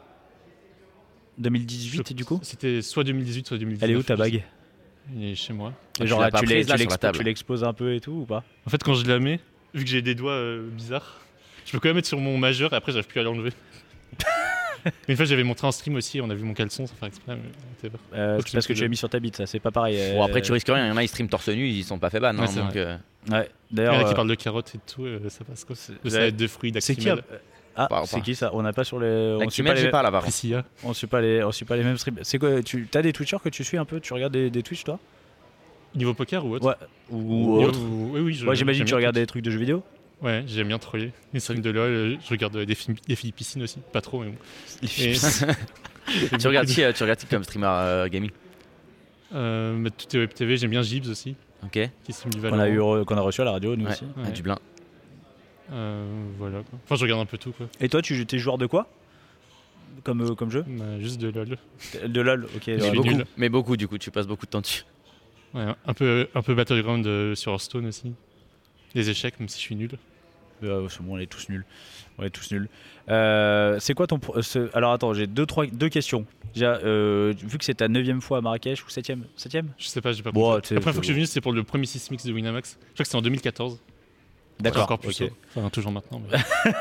2018 du coup? C'était soit 2018, soit 2019. Elle est où ta bague? Elle est chez moi. Tu Genre l'as pas prise, là, sur la table. tu l'exposes un peu et tout ou pas? En fait, quand je la mets, vu que j'ai des doigts bizarres, je peux quand même mettre sur mon majeur et après j'arrive plus à l'enlever. Une fois j'avais montré en stream aussi, on a vu mon caleçon sans faire exprès. Mais C'est parce que tu l'as mis sur ta bite, ça c'est pas pareil. Bon, après, tu risques rien. Il y en a, ils streament torse nu, ils sont pas fait ban. Ouais, c'est donc, vrai. Ouais. Il y en D'ailleurs. a qui parlent de carottes et de tout, ça passe quoi. De salade de fruits, C'est qui? d'Actimel. Ah, Pas- c'est pas. qui ça? On n'a pas sur les. On suit L'actimel, pas j'ai les. pas là, par contre. Priscilla. On suit pas les mêmes streams. C'est quoi? T'as des Twitchers que tu suis un peu? Tu regardes des Twitch toi? Niveau poker ou autre Ouais. Ou Ou autre. Oui, Ouais, j'imagine j'aime que tu bien regardes Twitch. des trucs de jeux vidéo. Ouais, j'aime bien troller. Les streams de LoL, je regarde des filles piscines aussi. Pas trop, mais bon. Et- Tu regardes qui comme streamer gaming? Mais tout est web TV, j'aime bien Gibbs aussi, Ok. qui stream du Qu'on a reçu à la radio nous Ouais. aussi. Ah, du blanc. Voilà quoi. Enfin, je regarde un peu tout quoi. Et toi, t'es joueur de quoi? Comme jeu? Juste de LoL. De LoL. Ok. Mais ouais. beaucoup. nul. Mais beaucoup, du coup, tu passes beaucoup de temps dessus. Ouais, un peu Battleground sur Hearthstone aussi. Des échecs, même si je suis nul. C'est bon, on est tous nuls. C'est quoi ton. Alors attends, j'ai deux questions. Déjà, vu que c'est ta 9ème fois à Marrakech ou 7ème? Je sais pas, j'ai pas Bon, compris. La première fois que je suis venu, c'était pour le premier 6 mix de Winamax. Je crois que c'était en 2014. D'accord. Encore plus ok. tôt. Enfin, toujours maintenant. Mais...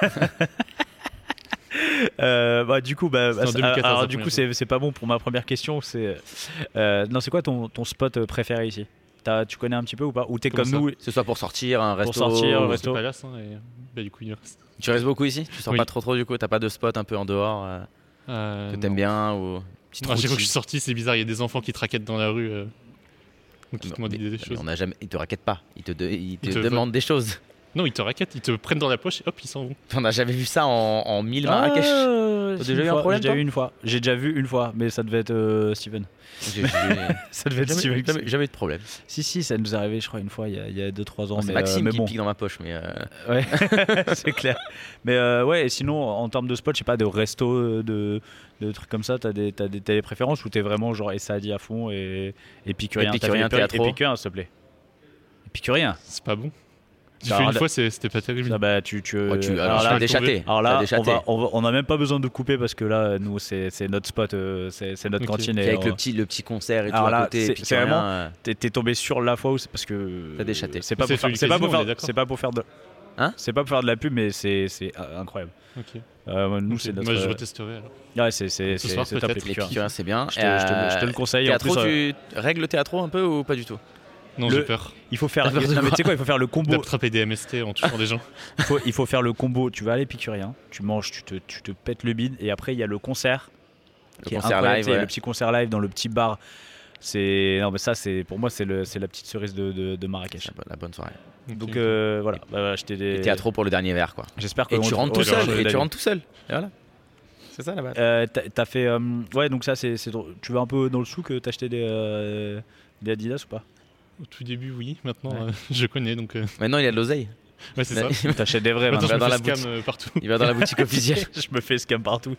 Du coup, bah, C'était en 2014, alors la du coup, première c'est pas bon pour ma première question. C'est non, c'est quoi ton spot préféré ici? Tu connais un petit peu ou pas? Ou t'es Comment comme ça nous? Ce soit pour sortir, un resto. sortir, ou- un resto. C'est Palace, et bah, du coup, il reste. Tu restes beaucoup ici? Tu sors Oui. pas trop du coup? T'as pas de spot un peu en dehors que t'aimes Non. bien ou petite À chaque fois que je routine? suis sorti, c'est bizarre, il y a des enfants qui te raquettent dans la rue. Donc ils te Non, demandent des mais choses. on a jamais... Ils te raquettent pas, ils te Ils te demandent des choses. Non, ils te raquettent, ils te prennent dans la poche et hop, ils s'en vont. On a jamais vu ça en 1000 Marrakech. T'as déjà eu un problème, toi J'ai déjà vu une fois, mais ça devait être Steven. J'ai Ça devait être Steven. jamais eu de problème. Si, ça nous est arrivé, je crois, une fois il y a 2-3 ans. C'est mais, Maxime mais qui bon. pique dans ma poche, mais Ouais, c'est clair. Mais ouais, et sinon, en termes de spot, je sais pas, de resto, de trucs comme ça, t'as des préférences ou t'es vraiment genre SAD à fond et épicurien? Épicurien, théâtro. Épicurien, s'il te plaît. Épicurien. C'est pas bon. J'ai Bah, fait une alors, fois, c'était pas terrible. Ah bah, alors, alors tu là, as je vais déchaté. alors là, T'as déchaté. on a même pas besoin de couper parce que là, nous, c'est notre spot, c'est notre Ok. cantine. Puis Et avec le petit concert et tout Alors à là, côté. c'est épicurien, vraiment- t'es tombé sur la fois où c'est parce que T'as déchaté. c'est pas C'est pour faire, celui c'est pas quasiment, pour on est faire, d'accord. c'est pas pour faire de. Hein ? C'est pas pour faire de la pub, mais c'est incroyable. Ok. Nous, Ok. c'est notre. Moi, je retesterai alors. Ouais, c'est soir, top peut-être. les Les piqûres. piqûres, c'est bien. Je te le conseille. En Théâtro, plus, tu règles le théâtro un peu ou pas du tout ? Non, Le- j'ai peur il faut faire. T'as peur de Non, mais quoi tu sais quoi, il faut faire le combo. d'attraper des MST en touchant des gens. Il faut faire le combo. Tu vas à l'épicurien, tu manges, tu te pètes le bide, et après il y a le concert. Le qui est concert incroyable, live, tu sais, ouais. le petit concert live dans le petit bar. Non, mais ça, pour moi, c'est la petite cerise de Marrakech. La bonne soirée. Donc Ok. voilà, bah, acheter des. Et théâtro pour le dernier verre, quoi. J'espère que Et tu rentres tout on- seul. on- Et tu on- rentres tout seul. Et voilà. C'est ça la base. T'as fait. Ouais, donc ça, c'est drôle. Tu vas un peu dans le souk, t'as acheté des Adidas ou pas? Au tout début, oui. Maintenant, Ouais. je connais, donc Maintenant, il a de l'oseille. ouais, c'est ça. T'achètes des vrais Maintenant, maintenant. je dans me la fais boutique. scam partout. Il va dans la boutique officielle. Je me fais scam partout.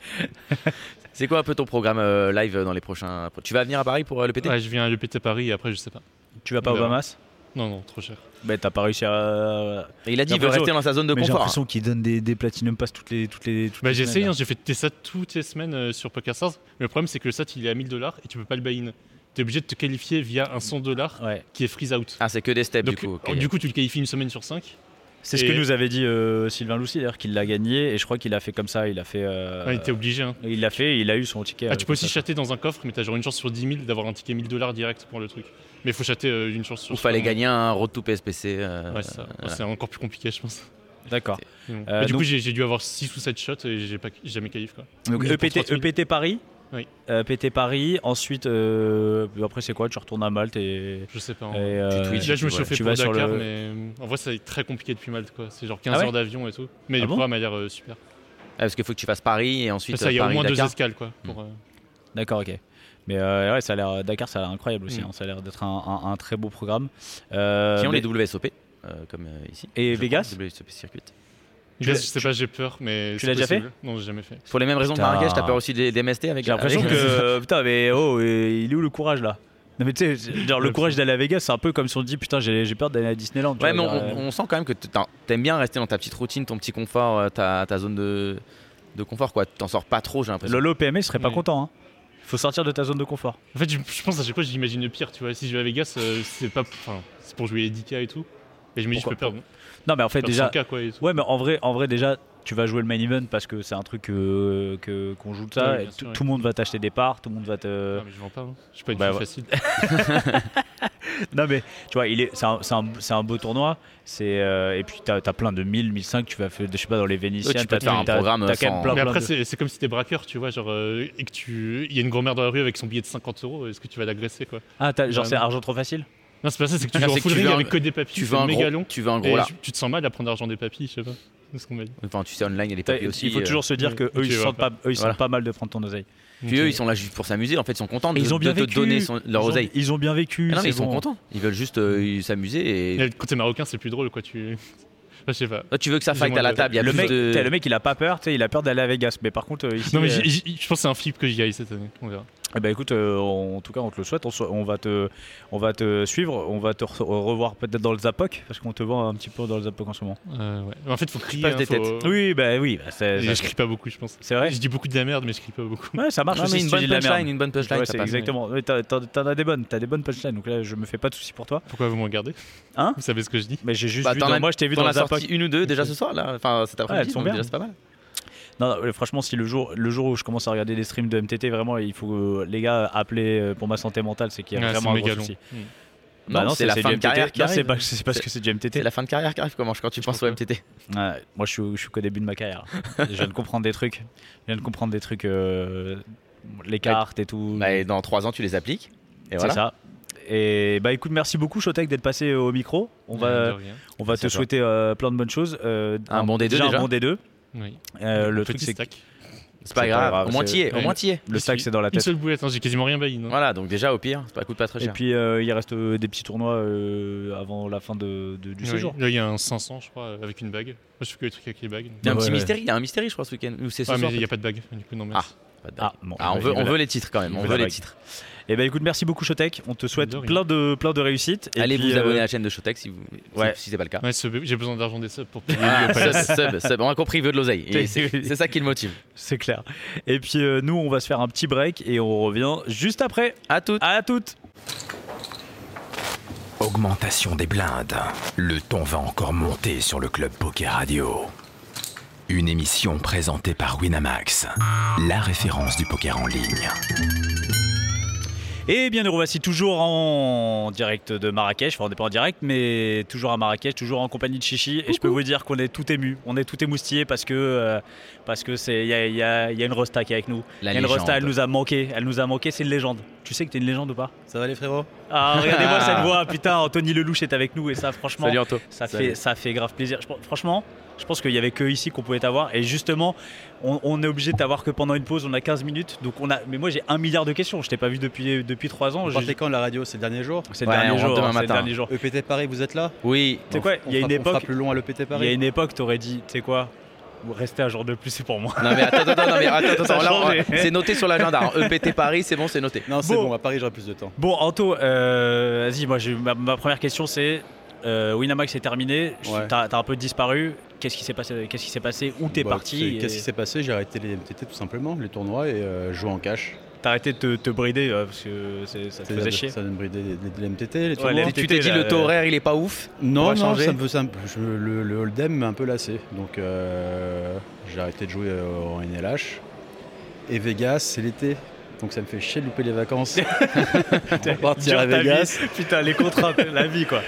C'est quoi un peu ton programme live dans les prochains. Tu vas venir à Paris pour le PT ? Ouais, je viens à l'EPT Paris et après, je sais pas. Tu vas pas On au verra. Bahamas? Non, non, trop cher. Bah, t'as pas réussi à. Et il a dit J'ai qu'il veut l'impression- rester dans sa zone de Mais j'ai confort. l'impression qu'ils donnent des Platinum Pass toutes les Bah, j'essaye, semaines, hein, j'ai fait ça toutes les semaines sur PokerStars. Mais le problème, c'est que le sat il est à 1000$ et tu peux pas le buy-in. T'es obligé de te qualifier via un 100$ là. Ouais. qui est freeze out. Ah, c'est que des steps Donc, du coup. ok. du coup, tu le qualifies une semaine sur 5. C'est ce que Et- nous avait dit Sylvain Loussi d'ailleurs, qu'il l'a gagné, et je crois qu'il a fait comme ça. Il a fait. Ouais, t'es obligé. Hein. Il l'a fait, et il a eu son ticket. Ah, tu peux comme aussi ça. chatter dans un coffre, mais t'as genre une chance sur 10 000 d'avoir un ticket 1000$ direct pour le truc. Mais il faut chatter une chance sur. Ou fallait gagner un road to PSPC. Ouais, c'est ça. voilà. C'est encore plus compliqué, je pense. D'accord. Mais bon. Euh, Mais du donc- coup, j'ai dû avoir 6 ou 7 shots et j'ai jamais qualifié quoi. Donc Juste pour 30 000. EPT Paris. Oui. EPT Paris. Ensuite, après c'est quoi? Tu retournes à Malte et. Je sais pas. et, hein. Twitch, Là, je me ouais. chauffais Tu pour vas sur Dakar, le- mais en vrai, c'est très compliqué depuis Malte quoi. C'est genre 15 Ah ouais heures d'avion et tout. Mais Ah le bon programme a l'air super. Ah, parce qu'il faut que tu fasses Paris et ensuite Ça, il y a au Paris, moins 2 Dakar. escales quoi. Pour, D'accord, ok. Mais ouais, ça a l'air. Dakar, ça a l'air incroyable aussi. Mm. Hein, ça a l'air d'être un très beau programme. Qui ont mais- les WSOP, comme ici. Et Je Vegas crois, WSOP Circuit. je sais pas, j'ai peur, mais. tu c'est l'as déjà possible. Non, j'ai jamais fait. Pour les mêmes raisons que Putain. Marrakech, t'as peur aussi des MST avec J'ai l'impression avec- que. Putain, mais oh, il est où le courage là? Non, mais tu sais, genre le courage d'aller à Vegas, c'est un peu comme si on te dit putain, j'ai peur d'aller à Disneyland. tu Ouais, vois, mais genre, on sent quand même que t'aimes bien rester dans ta petite routine, ton petit confort, ta zone de confort, quoi. T'en sors pas trop, j'ai l'impression. Lolo PME serait pas Oui. content. Hein. Faut sortir de ta zone de confort. En fait, je pense à chaque fois, j'imagine le pire, tu vois. Si je vais à Vegas, c'est pas. Enfin, c'est pour jouer les 10K et tout. Et je me dis, je Pourquoi peux perdre. Non, mais en fait, Déjà. déjà. 100K, quoi, et tout. Ouais, mais en vrai, déjà, tu vas jouer le main event parce que c'est un truc qu'on joue de ça. Ouais, et bien sûr, ouais. tout le monde va t'acheter des parts, tout le monde va te. Ah, mais je vends pas. Hein. Je suis pas une Bah, fille ouais. facile. Non, mais tu vois, c'est un beau tournoi. Et puis t'as plein de 1000, 1005, tu vas faire, je sais pas, dans les Vénitiennes. Ouais, tu peux te t'as- faire un t'as- programme t'as quand même sans- plein, Mais plein après, de- c'est comme si t'es braqueur, tu vois, genre, et que il y a une grand-mère dans la rue avec son billet de 50€, est-ce que tu vas l'agresser, quoi? Ah, genre Ouais, c'est non. argent trop facile? Non, c'est pas ça, c'est que tu Ah, joues en c'est que full tu ring veux un- avec que des papilles, Tu c'est veux un méga gros, long. tu veux un Et gros là. tu te sens mal à prendre l'argent des papilles, je sais pas. C'est ce qu'on m'a dit. Enfin, tu sais, online, il y a des papiers aussi. Il faut toujours se dire oui. que eux, Ok, ils se sentent voilà. pas, eux, ils Voilà. sentent pas mal de prendre ton oseille. Puis eux, ils sont là juste pour s'amuser. En fait, ils sont contents de, Et ils ont bien de te vécu. donner leur Ils ont- oseille. Ils ont bien vécu. Ah non, mais c'est ils sont bon. contents. Ils veulent juste s'amuser. Et Mais quand t'es marocain, c'est plus drôle, quoi. Je sais pas. toi, tu veux que ça Ils ont fight moins à la de- table. Il y a Le plus mec, de. le mec, il a pas peur, tu sais, il a peur d'aller à Vegas. Mais par contre, ici. Non, mais je pense que c'est un flip que j'y aille cette année. On verra. Eh ben écoute, en tout cas, on te le souhaite. On va te suivre, on va te revoir peut-être dans le Zapoc, parce qu'on te voit un petit peu dans le Zapoc en ce moment. Ouais. En fait, faut crier. passe hein, des faut- têtes. Oui, bah, Et je crie pas beaucoup, je pense. c'est vrai. Je dis beaucoup de la merde, mais je crie pas beaucoup. Ouais, ça marche Non, aussi. mais si une tu dis bonne de la merde. punchline, une bonne punchline. Ouais, ça c'est passe. exactement. Ouais, t'en as des bonnes, t'as des bonnes punchlines. Donc là, je me fais pas de soucis pour toi. Pourquoi vous me regardez? Hein Vous savez ce que je dis? Mais j'ai juste Bah, vu. t'en as- Moi, je t'ai vu T'en dans le as Zapoc. sorti une ou deux déjà ce soir là. Enfin, cet elles après-midi. sont donc bien. déjà, c'est pas mal. Non, franchement, si le jour où je commence à regarder des streams de MTT, vraiment, il faut les gars appeler pour ma santé mentale, c'est qu'il y a Ah, vraiment c'est un gros méga long. souci. Non, c'est la du fin de MTT. carrière qui Non, c'est arrive. parce que c'est du MTT. C'est la fin de carrière qui arrive quand tu penses au MTT. Ouais, moi, je suis qu'au début de ma carrière. Je viens de comprendre des trucs. Les cartes et tout. Bah, et dans 3 ans, tu les appliques. Et C'est voilà. ça. Et bah écoute, merci beaucoup Shotek d'être passé au micro. On De va rien. te Merci à toi. souhaiter plein de bonnes choses. Un bon D2 déjà. déjà. Un bon D2. Oui. Le truc Petit c'est que stack. C'est pas C'est pas grave. grave, Au moins c'est- t'y es. Au moins t'y es. le stack c'est dans la Une tête. seule boulette, hein, j'ai quasiment rien bailli. Voilà, donc déjà au pire, ça coûte pas très Et cher. puis il reste des petits tournois avant la fin du séjour. Là, il y a un 500, je crois, avec une bague. Moi, je fais que les trucs avec les bagues. Il y a un Ouais, petit ouais. mystère, il y a un mystère, je crois, ce week-end. Ou c'est ce Ah, mais soir. il n'y a pas de bague. Du coup, non, Ah. merci. Pas de bague. Bon, Ah, on veut les titres quand même. il On veut veut la les bague. titres. Et ben écoute, merci beaucoup Shotek. On te souhaite De rien. plein de réussites. Et Allez puis, vous abonner à la chaîne de Showtech si Ouais. c'est pas le cas. Ouais, j'ai besoin d'argent des subs pour payer Ah, le palais. sub, on a compris, il veut de l'oseille. Et c'est ça qui le motive. C'est clair. Et puis nous, on va se faire un petit break et on revient juste après. À toutes. À toutes. Augmentation des blindes. Le ton va encore monter sur le Club Poker Radio. Une émission présentée par Winamax, la référence du poker en ligne. Et bien nous revoici toujours en direct de Marrakech, enfin on n'est pas en direct mais toujours à Marrakech, toujours en compagnie de Chichi. Et je peux vous dire qu'on est tout ému, on est tout émoustillé parce que il y a une Rosta qui est avec nous. La Une légende. Rosta, elle nous a manqué, c'est une légende. Tu sais que t'es une légende ou pas? Ça va les frérots? Ah regardez-moi cette voix, putain, Anthony Lelouch est avec nous et ça franchement, Salut Anto. ça Salut. fait grave plaisir. Franchement, je pense qu'il n'y avait que ici qu'on pouvait t'avoir. Et justement, on est obligé de t'avoir que pendant une pause. On a 15 minutes. Donc mais moi, j'ai 1 milliard de questions. Je t'ai pas vu depuis 3 ans. Vous partez quand de la radio? C'est le dernier jour? C'est le Ouais, dernier on rentre jour. demain C'est le matin. dernier jour. EPT Paris, vous êtes là? Oui. Tu sais quoi, il y a une On fera époque. plus long à l'EPT Il y a Paris. une époque, t'aurais dit, tu sais quoi, rester un jour de plus, c'est pour moi. Non mais attends, Ça a là, changé. c'est noté sur l'agenda. hein. EPT Paris, c'est bon, c'est noté. Non, c'est Bon. bon, à Paris j'aurai plus de temps. Bon, Anto, vas-y, moi, ma première question, c'est Winamax est terminé. Ouais. T'as un peu disparu. Qu'est-ce qui s'est passé? Où t'es Bah, parti? Qu'est-ce qui s'est passé? J'ai arrêté les MTT tout simplement, les tournois, et jouer en cash. T'as arrêté de te brider parce que ça te faisait chier. Ça donne brider les MTT, les tournois. les Tu t'es dit là, le taux horaire il est pas ouf. On Non, va non, changer. le hold'em m'a un peu lassé. Donc j'ai arrêté de jouer en NLH. Et Vegas, c'est l'été. Donc ça me fait chier de louper les vacances pour partir à Dure ta Vegas. vie. Putain, les contraintes, la vie quoi.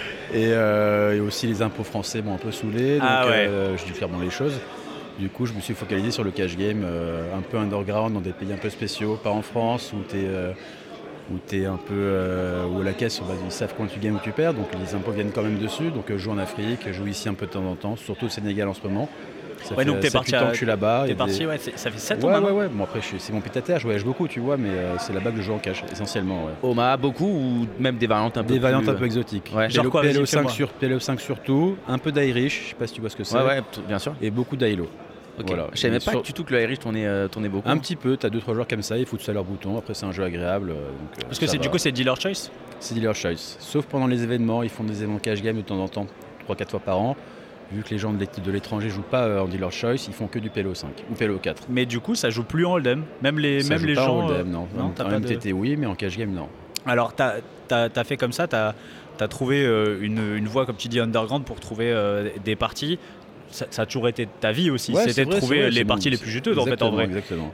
Et aussi les impôts français m'ont un peu saoulé. Donc Ah ouais. j'ai dû faire bon les choses. Du coup, je me suis focalisé sur le cash game, un peu underground, dans des pays un peu spéciaux, pas en France, où t'es un peu où la caisse, ils savent quand tu gagnes ou tu perds, donc les impôts viennent quand même dessus. Donc je joue en Afrique, je joue ici un peu de temps en temps, surtout au Sénégal en ce moment. Ça Ouais, fait donc t'es 7-8 parti ans à- que je suis là-bas. T'es et parti, des- ouais, ça fait 7 ans Ouais, maintenant. ouais, ouais. Bon, après, c'est mon pied à terre, je voyage beaucoup, tu vois, mais c'est là-bas que je joue en cash, essentiellement. Ouais. Oma beaucoup ou même des variantes un peu Des variantes plus, un peu exotiques. Ouais. Genre quoi, vas-y, fais-moi. PLO5 surtout, un peu d'Irish, je sais pas si tu vois ce que c'est. Ouais, bien sûr. Et beaucoup d'Ailo. Ok. Voilà. Je savais Et pas sur- du tout que le Irish tournait beaucoup. Un petit peu, t'as 2-3 joueurs comme ça, ils foutent ça à leur bouton, après c'est un jeu agréable. Parce que du coup, c'est dealer choice. c'est dealer choice. Sauf pendant les événements, ils font des événements cash game de temps en temps, 3-4 fois par an. Vu que les gens de l'étranger jouent pas en dealer choice, ils font que du PLO5 ou PLO4. Mais du coup, ça joue plus en hold'em. Même les pas gens. en hold'em, non. non, t'as En pas de- MTT, oui, mais en cash game, non. Alors, t'as fait comme ça, t'as trouvé une voie, comme tu dis, underground pour trouver des parties. Ça a toujours été ta vie aussi. Ouais, C'était c'est de vrai, trouver c'est vrai, les c'est parties bon, les plus juteuses, en fait, en vrai. Exactement.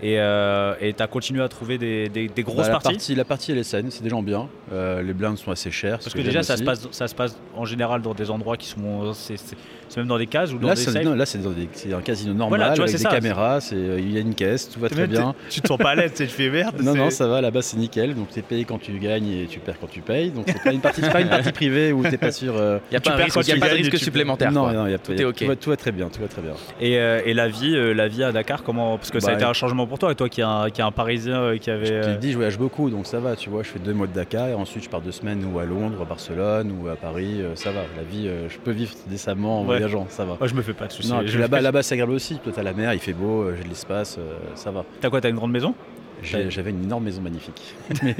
Et t'as continué à trouver des grosses Bah, parties. la partie elle est saine, c'est des gens bien. Les blindes sont assez chères. Parce que déjà, ça se passe en général dans des endroits qui sont. C'est même dans des cases ou dans Là, des c'est safes. c'est un casino normal Voilà, tu vois, avec c'est des ça, caméras. Il y a une caisse, tout va très bien. Tu te sens pas à l'aise, tu fais merde. Non, non, ça va. Là-bas, c'est nickel. Donc, t'es payé quand tu gagnes et tu perds quand tu payes. Donc, c'est pas une partie privée où t'es pas sûr. Il n'y a tu pas, perds risque, quand y a tu pas de gagnes et risque tu- supplémentaire. Non, quoi. non, Tout est ok. Tout va très bien, tout va très bien. Et la vie à Dakar, comment? Parce que ça a Bah, été un changement pour toi qui est un Parisien qui avait. Je t'ai dit, je voyage beaucoup, donc ça va. Tu vois, je fais 2 mois de Dakar et ensuite je pars 2 semaines ou à Londres, ou à Barcelone ou à Paris. Ça va. La vie, je peux vivre décemment en Ouais. voyageant. Ça va. Moi, je me fais pas de soucis. Non, puis là-bas, c'est agréable aussi. Toi, t'as la mer, il fait beau, j'ai de l'espace, ça va. T'as quoi? T'as une grande maison? J'avais une énorme maison magnifique.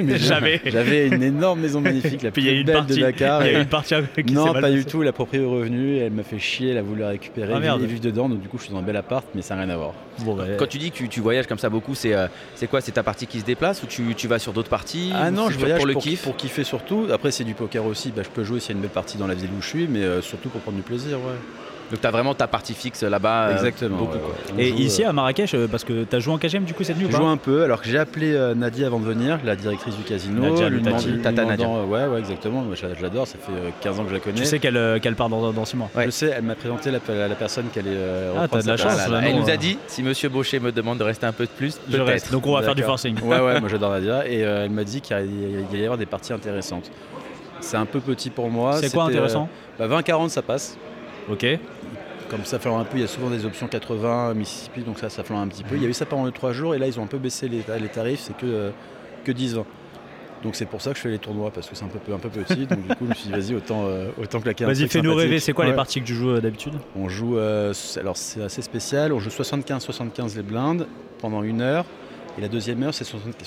J'avais une énorme maison magnifique, la Puis il y a plus une belle partie. de Dakar. Il y a et- une partie avec qui Non, s'est mal pas du passé. tout. La propriété est revenue, elle m'a fait chier, elle a voulu la récupérer Ah, merde. et vivre dedans. Donc du coup, je suis dans un bel appart, mais ça n'a rien à voir. Bon, bah, Quand tu dis que tu voyages comme ça beaucoup, c'est quoi? C'est ta partie qui se déplace ou tu vas sur d'autres parties? Ah ou non, c'est je voyage pour le kiff. pour kiffer surtout. Après, c'est du poker aussi. Bah, je peux jouer s'il y a une belle partie dans la ville où je suis, mais surtout pour prendre du plaisir. Ouais. Donc tu as vraiment ta partie fixe là-bas. Exactement. Beaucoup, ouais, quoi. ouais. On Et joue, ici à Marrakech, parce que t'as joué en KGM du coup cette nuit ou je pas? joue un peu, alors que j'ai appelé Nadia avant de venir, la directrice du casino. Nadia, lui le Tati, demandant- Tata Nadia. Ouais, exactement. Moi, je l'adore, ça fait 15 ans que je la connais. Tu sais qu'elle part dans 6 mois. Ouais. Je sais, elle m'a présenté la personne qui allait Ah, reprendre t'as de la sa chance, place. là. Elle non, nous a dit si Monsieur Baucher me demande de rester un peu de plus, Je peut-être. reste. Donc on va faire du D'accord. forcing. Ouais, moi j'adore Nadia. Et elle m'a dit qu'il allait y avoir des parties intéressantes. C'est un peu petit pour moi. C'est quoi C'était, intéressant? 20-40, ça passe. Ok. Comme ça flanque un peu, il y a souvent des options 80, Mississippi, donc ça flanque un petit peu. Il y a eu ça pendant 2-3 jours et là ils ont un peu baissé les tarifs, c'est que 10-20. Donc c'est pour ça que je fais les tournois parce que c'est un peu petit. Donc du coup je me suis dit vas-y autant claquer un Vas-y, truc fais-nous sympathique. rêver. C'est quoi les Ouais. parties que tu joues d'habitude? On joue, alors c'est assez spécial, on joue 75-75 les blindes pendant 1 heure et la deuxième heure c'est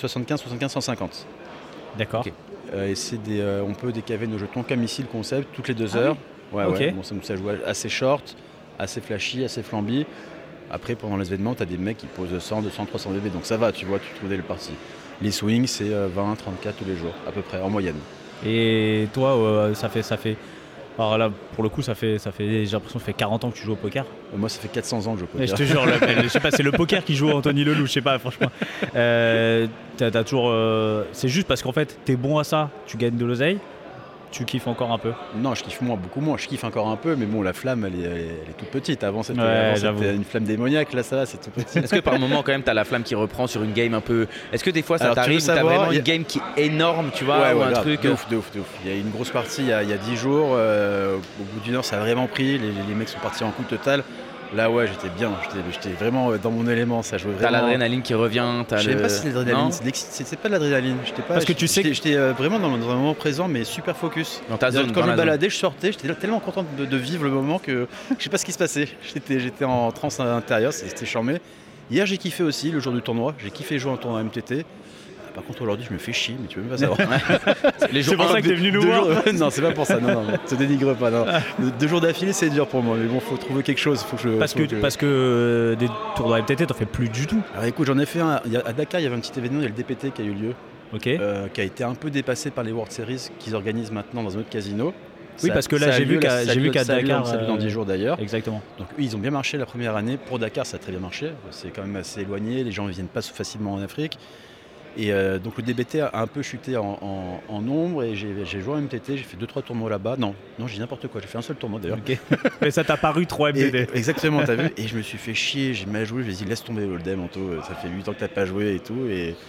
75-150. D'accord. Ok. Et on peut décaver nos jetons comme ici le concept toutes les 2 Ah heures. Ouais, Ok. ouais. Bon, ça joue assez short, assez flashy, assez flamby. Après pendant les événements, tu as des mecs qui posent 100, 200, 300 bébés, donc ça va, tu vois, tu trouves des parties. Les swings c'est 20, 34 tous les jours à peu près en moyenne. Et toi, ça fait. Alors là, pour le coup, ça fait. J'ai l'impression que ça fait 40 ans que tu joues au poker. Moi, ça fait 400 ans que je joue au Mais poker. je te jure, je sais pas, c'est le poker qui joue Anthony Leloup, je sais pas, franchement. T'as toujours. C'est juste parce qu'en fait, t'es bon à ça, tu gagnes de l'oseille, tu kiffes encore un peu. Non, je kiffe beaucoup moins. Je kiffe encore un peu, mais bon, la flamme, elle est toute petite. Avant, c'était j'avoue. une flamme démoniaque. Là, ça va, c'est tout petit. Est-ce que par moment, quand même, t'as la flamme qui reprend sur une game un peu. Est-ce que des fois, ça Alors, tu t'arrive veux où t'as savoir, vraiment une game qui est énorme, tu vois, ou un grave, truc. de ouf. Il y a eu une grosse partie il y a 10 jours. Au bout d'une heure, ça a vraiment pris. Les mecs sont partis en coup total. Là, ouais, j'étais bien. J'étais vraiment dans mon élément. Ça jouait vraiment. T'as l'adrénaline qui revient. Je sais pas si c'est l'adrénaline. C'est pas de l'adrénaline. Parce que tu sais j'étais vraiment dans un moment présent, mais super focus. Dans ta zone. Quand je me baladais, je sortais. J'étais tellement content de vivre le moment que je sais pas ce qui se passait. J'étais en transe intérieure. C'était charmé. Hier, j'ai kiffé aussi le jour du tournoi. J'ai kiffé jouer en tournoi MTT. Par contre, aujourd'hui, je me fais chier, mais tu veux même pas savoir. C'est pour ça que t'es venu nous voir. Non, c'est pas pour ça. Non, te dénigre pas. Non. 2 jours d'affilée, c'est dur pour moi. Mais bon, faut trouver quelque chose. Parce que des tournois MTT, t'en fais plus du tout. Alors écoute, j'en ai fait un. À Dakar, il y avait un petit événement, il y a le DPT qui a eu lieu. Ok. Qui a été un peu dépassé par les World Series qu'ils organisent maintenant dans un autre casino. Oui, parce que là, j'ai vu qu'à Dakar. Ça a lieu dans 10 jours d'ailleurs. Exactement. Donc, eux, ils ont bien marché la première année. Pour Dakar, ça a très bien marché. C'est quand même assez éloigné. Les gens ne viennent pas facilement en Afrique. Et donc, le DBT a un peu chuté en nombre. Et j'ai joué en MTT. J'ai fait 2-3 tournois là-bas. Non, j'ai n'importe quoi. J'ai fait un seul tournoi d'ailleurs. Okay. Mais ça t'a paru 3 MTT. Exactement, t'as vu. Et je me suis fait chier. J'ai mal joué. Je me suis dit, laisse tomber l'Oldem, Anto. Ça fait 8 ans que t'as pas joué et tout.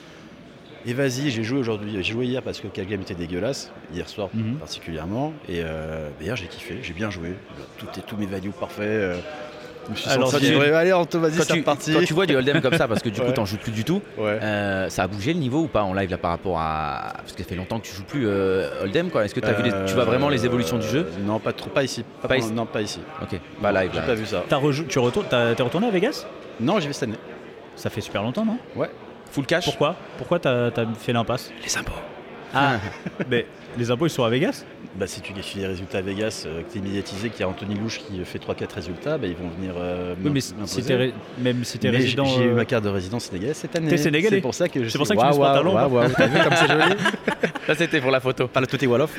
Et vas-y, j'ai joué aujourd'hui. J'ai joué hier parce que quel game était dégueulasse, hier soir particulièrement. Et hier j'ai kiffé, j'ai bien joué. Tous mes values parfaits. Je me suis senti allez Anto, vas-y, c'est reparti. Quand tu vois du hold'em comme ça, parce que du coup t'en joues plus du tout, ouais. Ça a bougé le niveau ou pas en live là par rapport à. Parce que ça fait longtemps que tu joues plus hold'em quoi. Est-ce que tu vois vraiment les évolutions du jeu? Non, pas trop, pas ici. Non, pas ici. Ok, bah live. J'ai pas vu ça. T'es retourné à Vegas? Non, j'y vais cette année. Ça fait super longtemps, non? Ouais. Full cash. Pourquoi t'as fait l'impasse? Les impôts. Ah, mais les impôts ils sont à Vegas? Bah, si tu fais les résultats à Vegas, que tu es médiatisé, qu'il y a Anthony Louche qui fait 3-4 résultats, bah, ils vont venir oui, mais même si t'es résident... J'ai eu ma carte de résident sénégalaise cette année. T'es sénégalais? C'est pour ça que je tu mets ce pantalon. T'as vu comme c'est joli? Ça c'était pour la photo. Parle tout tes Wolof.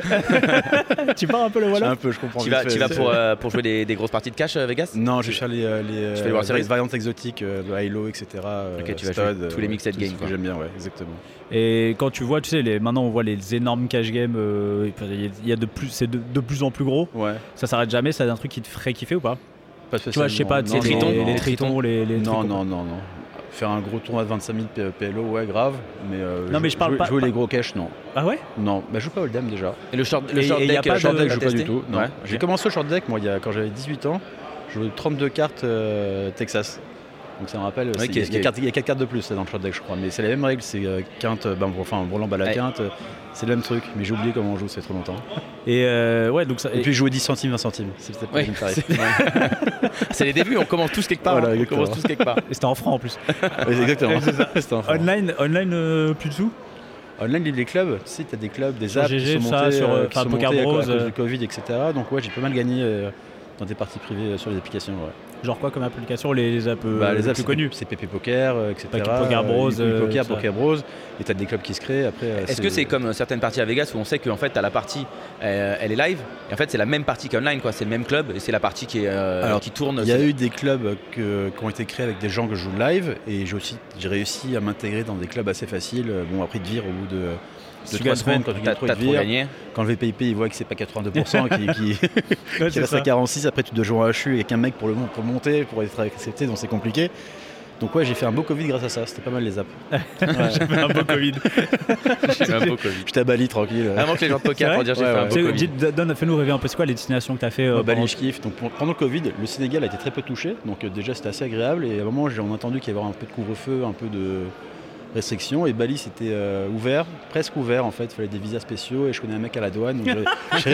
Tu pars un peu le Wolof? Un peu, je comprends. Tu vas pour jouer des grosses parties de cash à Vegas? Non, je vais faire les variantes exotiques, le Hilo, etc. Ok, tu vas jouer tous les mixed games. Que j'aime bien, ouais, exactement. Et quand tu vois, tu sais, maintenant on voit les énormes cash games, il y a c'est de plus en plus gros. Ouais. Ça s'arrête jamais, ça a un truc qui te ferait kiffer ou pas? Pas spécialement. Tu vois, je sais pas, les tritons, les non. Faire un gros tournoi de 25 000 PLO, ouais, grave. Mais je parle pas. Jouer les gros cash, non. Ah ouais? Non, je joue pas Hold'em déjà. Et le short deck, je joue pas du tout. Non. Ouais. J'ai commencé au short deck, moi, quand j'avais 18 ans. Je jouais 32 cartes Texas. Donc ça me rappelle, il y a 4 cartes de plus là, dans le short deck, je crois. Mais c'est la même règle, c'est quinte, brelan à la quinte. C'est le même truc, mais j'ai oublié comment on joue, c'est trop longtemps. Et ouais, donc ça. Et puis jouer 10 centimes, 20 centimes. C'est peut-être pas une tarif. C'est les débuts, on commence tous quelque part. Voilà, on commence tous quelque part. Et c'était en francs en plus. Exactement. C'était en francs. Online plus de sous? Online, les clubs, tu sais, t'as des clubs, des apps GG, qui sont montés, sur Poker Bros, à cause du Covid, etc. Donc ouais, j'ai pas mal gagné dans des parties privées sur les applications. Ouais. Genre quoi comme application, les apps les apps plus connues? C'est PP Poker, etc. Poker Bros. Poker Bros. Et t'as des clubs qui se créent. Après, est-ce que c'est comme certaines parties à Vegas où on sait qu'en fait t'as la partie, elle est live, et en fait c'est la même partie qu'online, quoi. C'est le même club et c'est la partie qui tourne. Il y a eu des clubs qui ont été créés avec des gens que je joue live, et j'ai réussi à m'intégrer dans des clubs assez faciles. Bon, après de vire au bout de 3 semaines, quand tu gagnes trop de vire, quand le VPIP il voit que c'est pas 82% qui reste à 46, après tu dois jouer en HU avec un mec pour monter, pour être accepté, donc c'est compliqué. Donc ouais, j'ai fait un beau Covid grâce à ça, c'était pas mal les apps. J'ai fait un beau Covid. J'étais à Bali tranquille. Avant que les gens de poker pour dire j'ai fait un beau Covid. Fais-nous rêver un peu, c'est quoi les destinations que tu as fait Bali, je kiffe. Donc pendant le Covid, le Sénégal a été très peu touché, donc déjà c'était assez agréable, et à un moment on a entendu qu'il y avait un peu de couvre-feu, un peu de restrictions, et Bali c'était presque ouvert en fait, il fallait des visas spéciaux, et je connais un mec à la douane, donc j'ai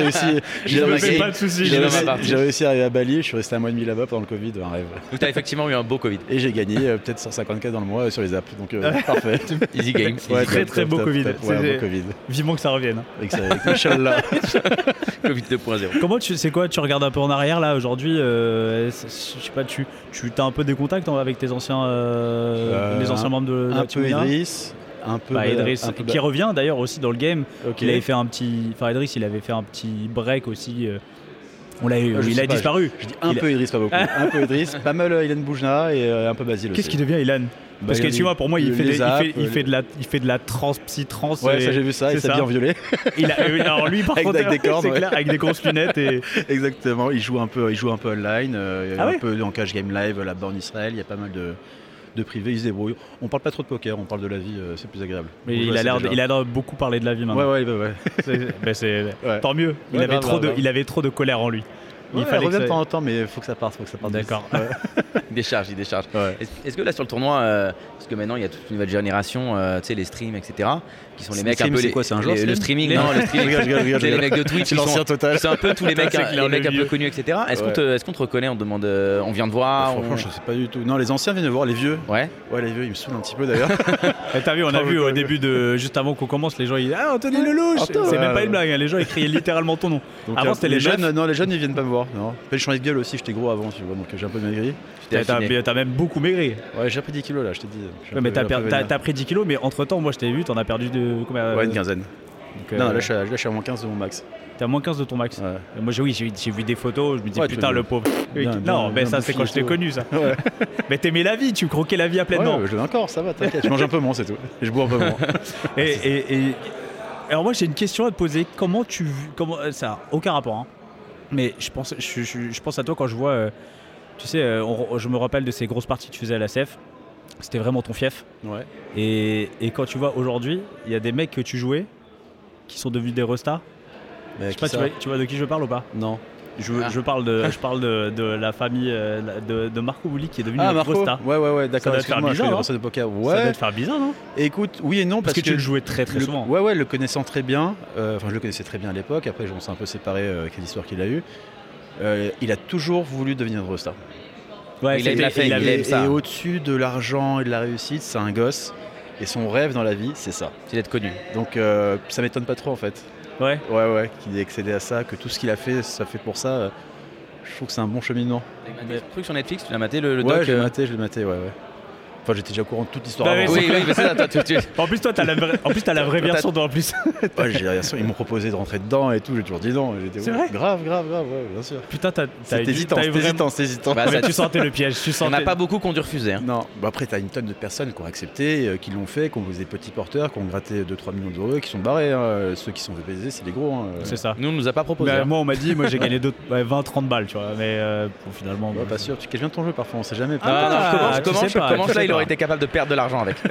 réussi à arriver à Bali, je suis resté 1 mois et demi là-bas pendant le Covid, un rêve. Donc tu as effectivement eu un beau Covid. Et j'ai gagné peut-être 150K dans le mois sur les apps, donc parfait. Easy game. Ouais, très beau Covid. Ouais, beau Covid. Vivement que ça revienne. Inch'Allah. Covid 2.0. Comment c'est quoi, tu regardes un peu en arrière là aujourd'hui, je sais pas, tu as un peu des contacts avec tes anciens les anciens membres de la team? Un peu Idriss, Un peu. Idriss, un peu qui revient d'ailleurs aussi dans le game. Ok. Il avait fait un petit. Enfin, Idriss, il avait fait un petit break aussi. Il sais a pas, disparu. Je dis un peu Idriss, pas beaucoup. Un peu Idriss, pas mal Ilan Boujna et un peu Basile aussi. Qu'est-ce qui devient Ilan? Parce que tu vois, pour moi, il fait de la trans-psy-trans. Ouais, ça j'ai vu ça, il s'est bien violé. Alors lui, par contre, avec des cordes, c'est clair, avec des grosses lunettes. Exactement, il joue un peu online, Ah ouais, un peu en cash game live là-bas en Israël, il y a pas mal de privés, ils se débrouillent. On parle pas trop de poker, on parle de la vie, c'est plus agréable. Mais il a l'air de beaucoup parler de la vie maintenant. Ouais. Ouais. Tant mieux. Il avait trop de colère en lui. Il fallait revient de temps en temps, mais il faut que ça parte. D'accord. Il décharge. Ouais. Est-ce que là sur le tournoi, parce que maintenant il y a toute une nouvelle génération, tu sais, les streams, etc., qui sont les mecs un peu. C'est quoi, c'est un genre le streaming? Non, le streaming. C'est les mecs de Twitch. C'est l'ancien Total. C'est un peu tous les mecs un peu connus, etc. Est-ce qu'on te reconnaît? On te demande, on vient te voir? Franchement, je sais pas du tout. Non, les anciens viennent voir, les vieux. Ouais, les vieux, ils me saoulent un petit peu d'ailleurs. T'as vu, on a vu au début juste avant qu'on commence, les gens ils disaient ah Anthony Lelouch. C'est même pas une blague, les gens ils criaient littéralement ton nom. Avant c'était les jeunes. Non, les jeunes ils viennent pas me voir. Non. Je changeais de gueule aussi, j'étais gros avant, tu vois, donc j'ai un peu maigri. T'as même beaucoup maigri. Ouais, j'ai pris 10 kilos là, je t'ai dit. Mais t'as pris 10 kilos, mais entre temps, moi je t'ai vu, t'en as perdu de combien? Ouais, une quinzaine. Non, là je suis à moins 15 de mon max. T'es à moins 15 de ton max. Ouais. Moi j'ai vu des photos, je me dis putain le pauvre. Non, mais ça c'est quand je t'ai connu ça. Ouais. Mais t'aimais la vie, tu croquais la vie à pleines dents. Ouais, je l'ai encore, ça va, t'inquiète. Je mange un peu moins, c'est tout. Et je bois un peu moins. Et alors moi j'ai une question à te poser. Comment ça n'a aucun rapport, hein. Mais je pense à toi quand je vois, tu sais, je me rappelle de ces grosses parties que tu faisais à la CEF. C'était vraiment ton fief. Ouais. Et quand tu vois aujourd'hui, il y a des mecs que tu jouais qui sont devenus des restas. Je sais pas, tu vois de qui je parle ou pas? Non. Je parle de la famille de Marco Bouli qui est devenu un Rosta. Ouais, d'accord. Ça doit te faire bizarre, de poker. Ouais. Ça doit te faire bizarre, non? Écoute, oui et non, parce que tu le jouais très souvent. Ouais, le connaissant très bien. Enfin, je le connaissais très bien à l'époque. Après, on s'est un peu séparés avec l'histoire qu'il a eue. Il a toujours voulu devenir Rosta. Ouais, il aime ça. Et au-dessus de l'argent et de la réussite, c'est un gosse. Et son rêve dans la vie, c'est ça. C'est d'être connu. Donc, ça m'étonne pas trop en fait. Ouais, qu'il ait accédé à ça, que tout ce qu'il a fait, ça fait pour ça. Je trouve que c'est un bon cheminement. Le truc sur Netflix, tu l'as maté le doc? Ouais, je l'ai maté, ouais. Enfin, j'étais déjà au courant de toute l'histoire. Bah, avant. Oui, mais c'est ça, toi, En plus, toi, t'as la vraie version, toi, en plus. Ouais, j'ai la version, ils m'ont proposé de rentrer dedans et tout, j'ai toujours dit non. C'est vrai? Grave, ouais, bien sûr. Putain, c'est hésitant. Bah, mais tu sentais le piège. On n'a pas beaucoup qui ont dû refuser. Hein. Non, bah après, t'as une tonne de personnes qui ont accepté, qui l'ont fait, qui ont des petits porteurs, qui ont gratté 2-3 millions d'euros, qui sont barrés. Hein. Ceux qui sont fait baiser, c'est les gros. Hein. C'est ça. Nous, on nous a pas proposé. Moi, on m'a dit, j'ai gagné 20-30 balles, tu vois. Mais bon, finalement. Pas sûr, tu caches bien ton jeu parfois, on sait jamais. Comment là, il aurait été capable de perdre de l'argent avec.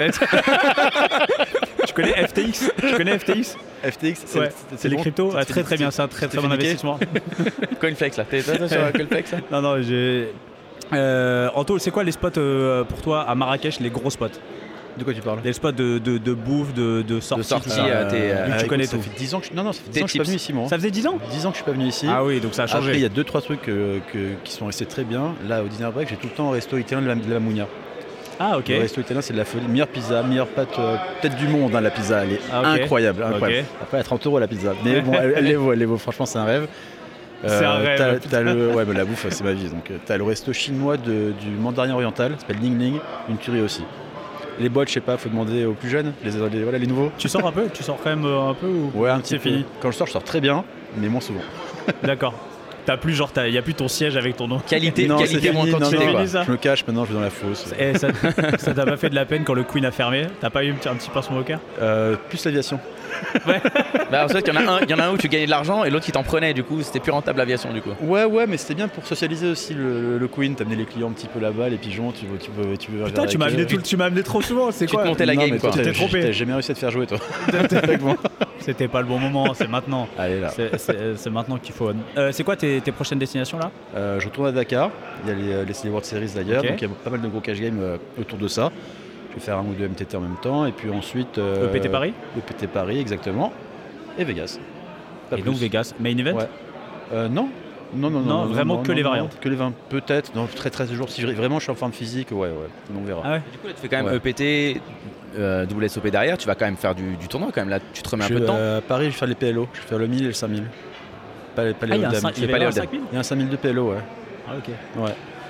Tu connais FTX? FTX, c'est les cryptos. Très bien, c'est un très bon investissement. Coinflex là, t'es sur Coinflex? Non, Anto, c'est quoi les spots pour toi à Marrakech, les gros spots? De quoi tu parles? Les spots de bouffe, de sortie. Tu connais ça tout. fait 10 ans que ça fait 10 ans que je suis pas venu ici, moi. Ça faisait 10 ans? 10 ans que je suis pas venu ici. Ah oui, donc ça a changé. Après, il y a 2-3 trucs qui sont restés très bien. Là, au Dinner Break, j'ai tout le temps au resto italien de la Mougna. Ah, ok. Le resto italien, c'est de la folie. Meilleure pizza, meilleure pâte, peut-être du monde, hein, la pizza. Elle est incroyable. Okay. Après, à 30 € la pizza. Mais bon, elle les vaut. Franchement, c'est un rêve. C'est un rêve. Mais la bouffe, c'est ma vie. Donc, t'as le resto chinois du mandarin oriental, ça s'appelle Ning Ning, une tuerie aussi. Les boîtes, je sais pas, faut demander aux plus jeunes, les nouveaux. Tu sors un peu? Tu sors quand même un peu ou... Ouais, un petit peu. Fini. Quand je sors très bien, mais moins souvent. D'accord. T'as plus il y a plus ton siège avec ton nom. Qualité moins quantité, quoi. Je me cache maintenant, je vais dans la fosse. Et ça t'a pas fait de la peine quand le Queen a fermé? T'as pas eu un petit pincement au cœur? Plus l'aviation. Ouais. Bah en fait, il y en a un où tu gagnais de l'argent et l'autre qui t'en prenait, du coup c'était plus rentable l'aviation du coup. Ouais, mais c'était bien pour socialiser aussi le Queen, t'amener les clients un petit peu là-bas, les pigeons, tu veux. Putain, tu m'as amené trop souvent, c'est quoi? Tu te montais la game quoi. Tu t'es trompé. J'ai jamais réussi à te faire jouer toi. C'était pas le bon moment, c'est maintenant. Allez là. C'est maintenant qu'il faut. C'est quoi tes prochaines destinations là? Je retourne à Dakar, il y a les World Series d'ailleurs, donc il y a pas mal de gros cash games autour de ça. Je vais faire un ou deux MTT en même temps et puis ensuite EPT Paris. EPT Paris exactement et Vegas. Donc Vegas, main event? Ouais. Non, vraiment que les variantes. Que les 20 peut-être, non, très 13 jours. Si vraiment je suis en forme physique, ouais, on verra. Ah ouais. Du coup là tu fais quand même EPT, WSOP derrière, tu vas quand même faire du tournoi quand même là, tu te remets un peu de temps. À Paris, je vais faire les PLO, je vais faire le 1000 et le 5000. Pas les il y a un 5000? Il y a un 5000 de PLO, ouais. Ah ok. Ouais.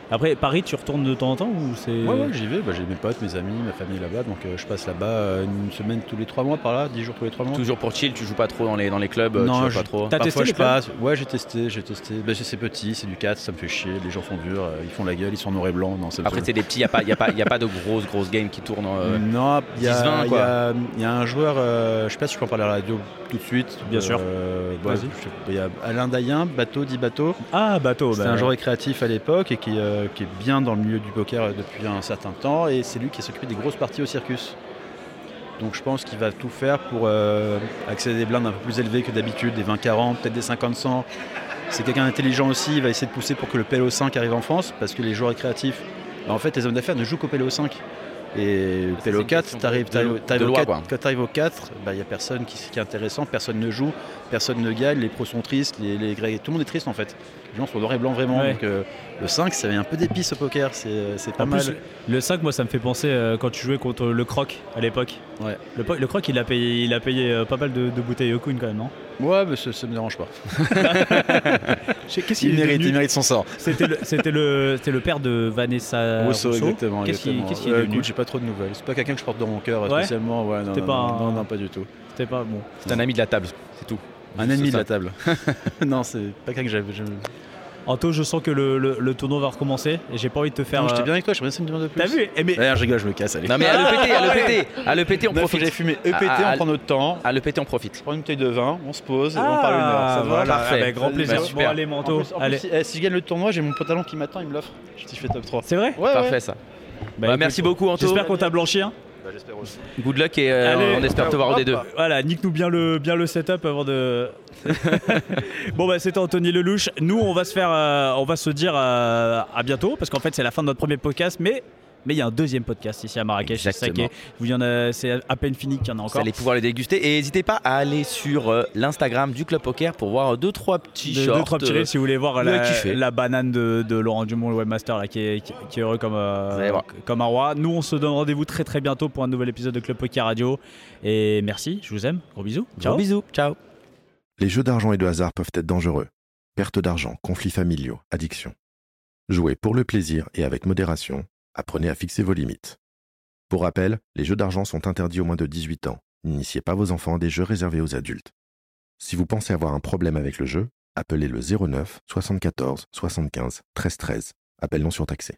Après, Paris, tu retournes de temps en temps ou c'est... Ouais, j'y vais. J'ai mes potes, mes amis, ma famille là-bas. Donc je passe là-bas une semaine tous les 3 mois par là, 10 jours tous les 3 mois. Toujours pour chill, tu joues pas trop dans les clubs, Non, tu vas pas trop. T'as testé Parfois les je clubs passe. Ouais, j'ai testé. C'est petit, c'est du 4, ça me fait chier. Les gens sont durs, ils font la gueule, ils sont en noir et blanc. Non, Après, c'est des petits, il n'y a pas de grosses games qui tournent. Non, il y 10-20, quoi. a un joueur, je sais pas si je peux en parler à la radio tout de suite. Bien sûr. Vas-y. Il y a Alain Dayen, Dit Bateau. Ah, Bateau. C'était un joueur récréatif à l'époque et qui est bien dans le milieu du poker depuis un certain temps. Et c'est lui qui s'occupe des grosses parties au circus. Donc je pense qu'il va tout faire pour accéder à des blindes un peu plus élevées que d'habitude, des 20-40, peut-être des 50-100. C'est quelqu'un d'intelligent aussi, il va essayer de pousser pour que le PLO 5 arrive en France, parce que les joueurs récréatifs, en fait les hommes d'affaires ne jouent qu'au PLO 5. Et le PLO 4, quand tu arrives au 4, il n'y a personne qui est intéressant, personne ne joue, personne ne gagne, les pros sont tristes, tout le monde est triste en fait. Les gens sont noir et blanc vraiment. Ouais. Donc le 5, ça met un peu d'épices au poker, c'est pas mal. Plus, le 5, moi ça me fait penser quand tu jouais contre le Croc à l'époque. Ouais. Le Croc, il a payé pas mal de bouteilles Okun quand même, non? Ouais, mais ça me dérange pas. Qu'est-ce il mérite son sort. C'était le père de Vanessa Rousseau, exactement. Qu'est-ce qu'il est devenu? Écoute, j'ai pas trop de nouvelles. C'est pas quelqu'un que je porte dans mon cœur spécialement. Ouais, non, pas du tout. C'était pas bon. C'est un ami de la table, c'est tout. Un ennemi de la table. Non, c'est pas quelqu'un que j'avais. Anto, je sens que le tournoi va recommencer et j'ai pas envie de te faire. Non, j'étais bien avec toi, je me demande de plus. T'as vu? D'ailleurs, je rigole, je me casse. Allez. Non, mais à l'EPT, on profite. J'ai fumé EPT, on prend notre temps. À l'EPT, on profite. On prend une bouteille de vin, on se pose et on parle une heure. Ça voilà, va, parfait. Avec grand plaisir. Super. Bon, allez, Manto. Allez. Si je gagne le tournoi, j'ai mon pantalon qui m'attend, il me l'offre. Si je fais top 3. C'est vrai? Ouais, parfait ça. Merci beaucoup, Anto. J'espère qu'on t'a blanchi. J'espère aussi. Good luck et on espère te voir au D2. Voilà, nique-nous bien le setup avant de. Bon c'était Anthony Lelouch. Nous on va se dire à bientôt parce qu'en fait c'est la fin de notre premier podcast, mais il y a un deuxième podcast ici à Marrakech. C'est à peine fini qu'il y en a encore. Vous allez pouvoir les déguster et n'hésitez pas à aller sur l'Instagram du Club Poker pour voir 2-3 petits shorts. 2-3 petits reels si vous voulez voir la banane de Laurent Dumont, le webmaster là, qui est heureux comme un roi. Nous on se donne rendez-vous très très bientôt pour un nouvel épisode de Club Poker Radio et merci, je vous aime, gros bisous. Ciao. Gros bisous, ciao. Les jeux d'argent et de hasard peuvent être dangereux. Perte d'argent, conflits familiaux, addiction. Jouez pour le plaisir et avec modération. Apprenez à fixer vos limites. Pour rappel, les jeux d'argent sont interdits aux moins de 18 ans. N'initiez pas vos enfants à des jeux réservés aux adultes. Si vous pensez avoir un problème avec le jeu, appelez le 09 74 75 13 13. Appel non surtaxé.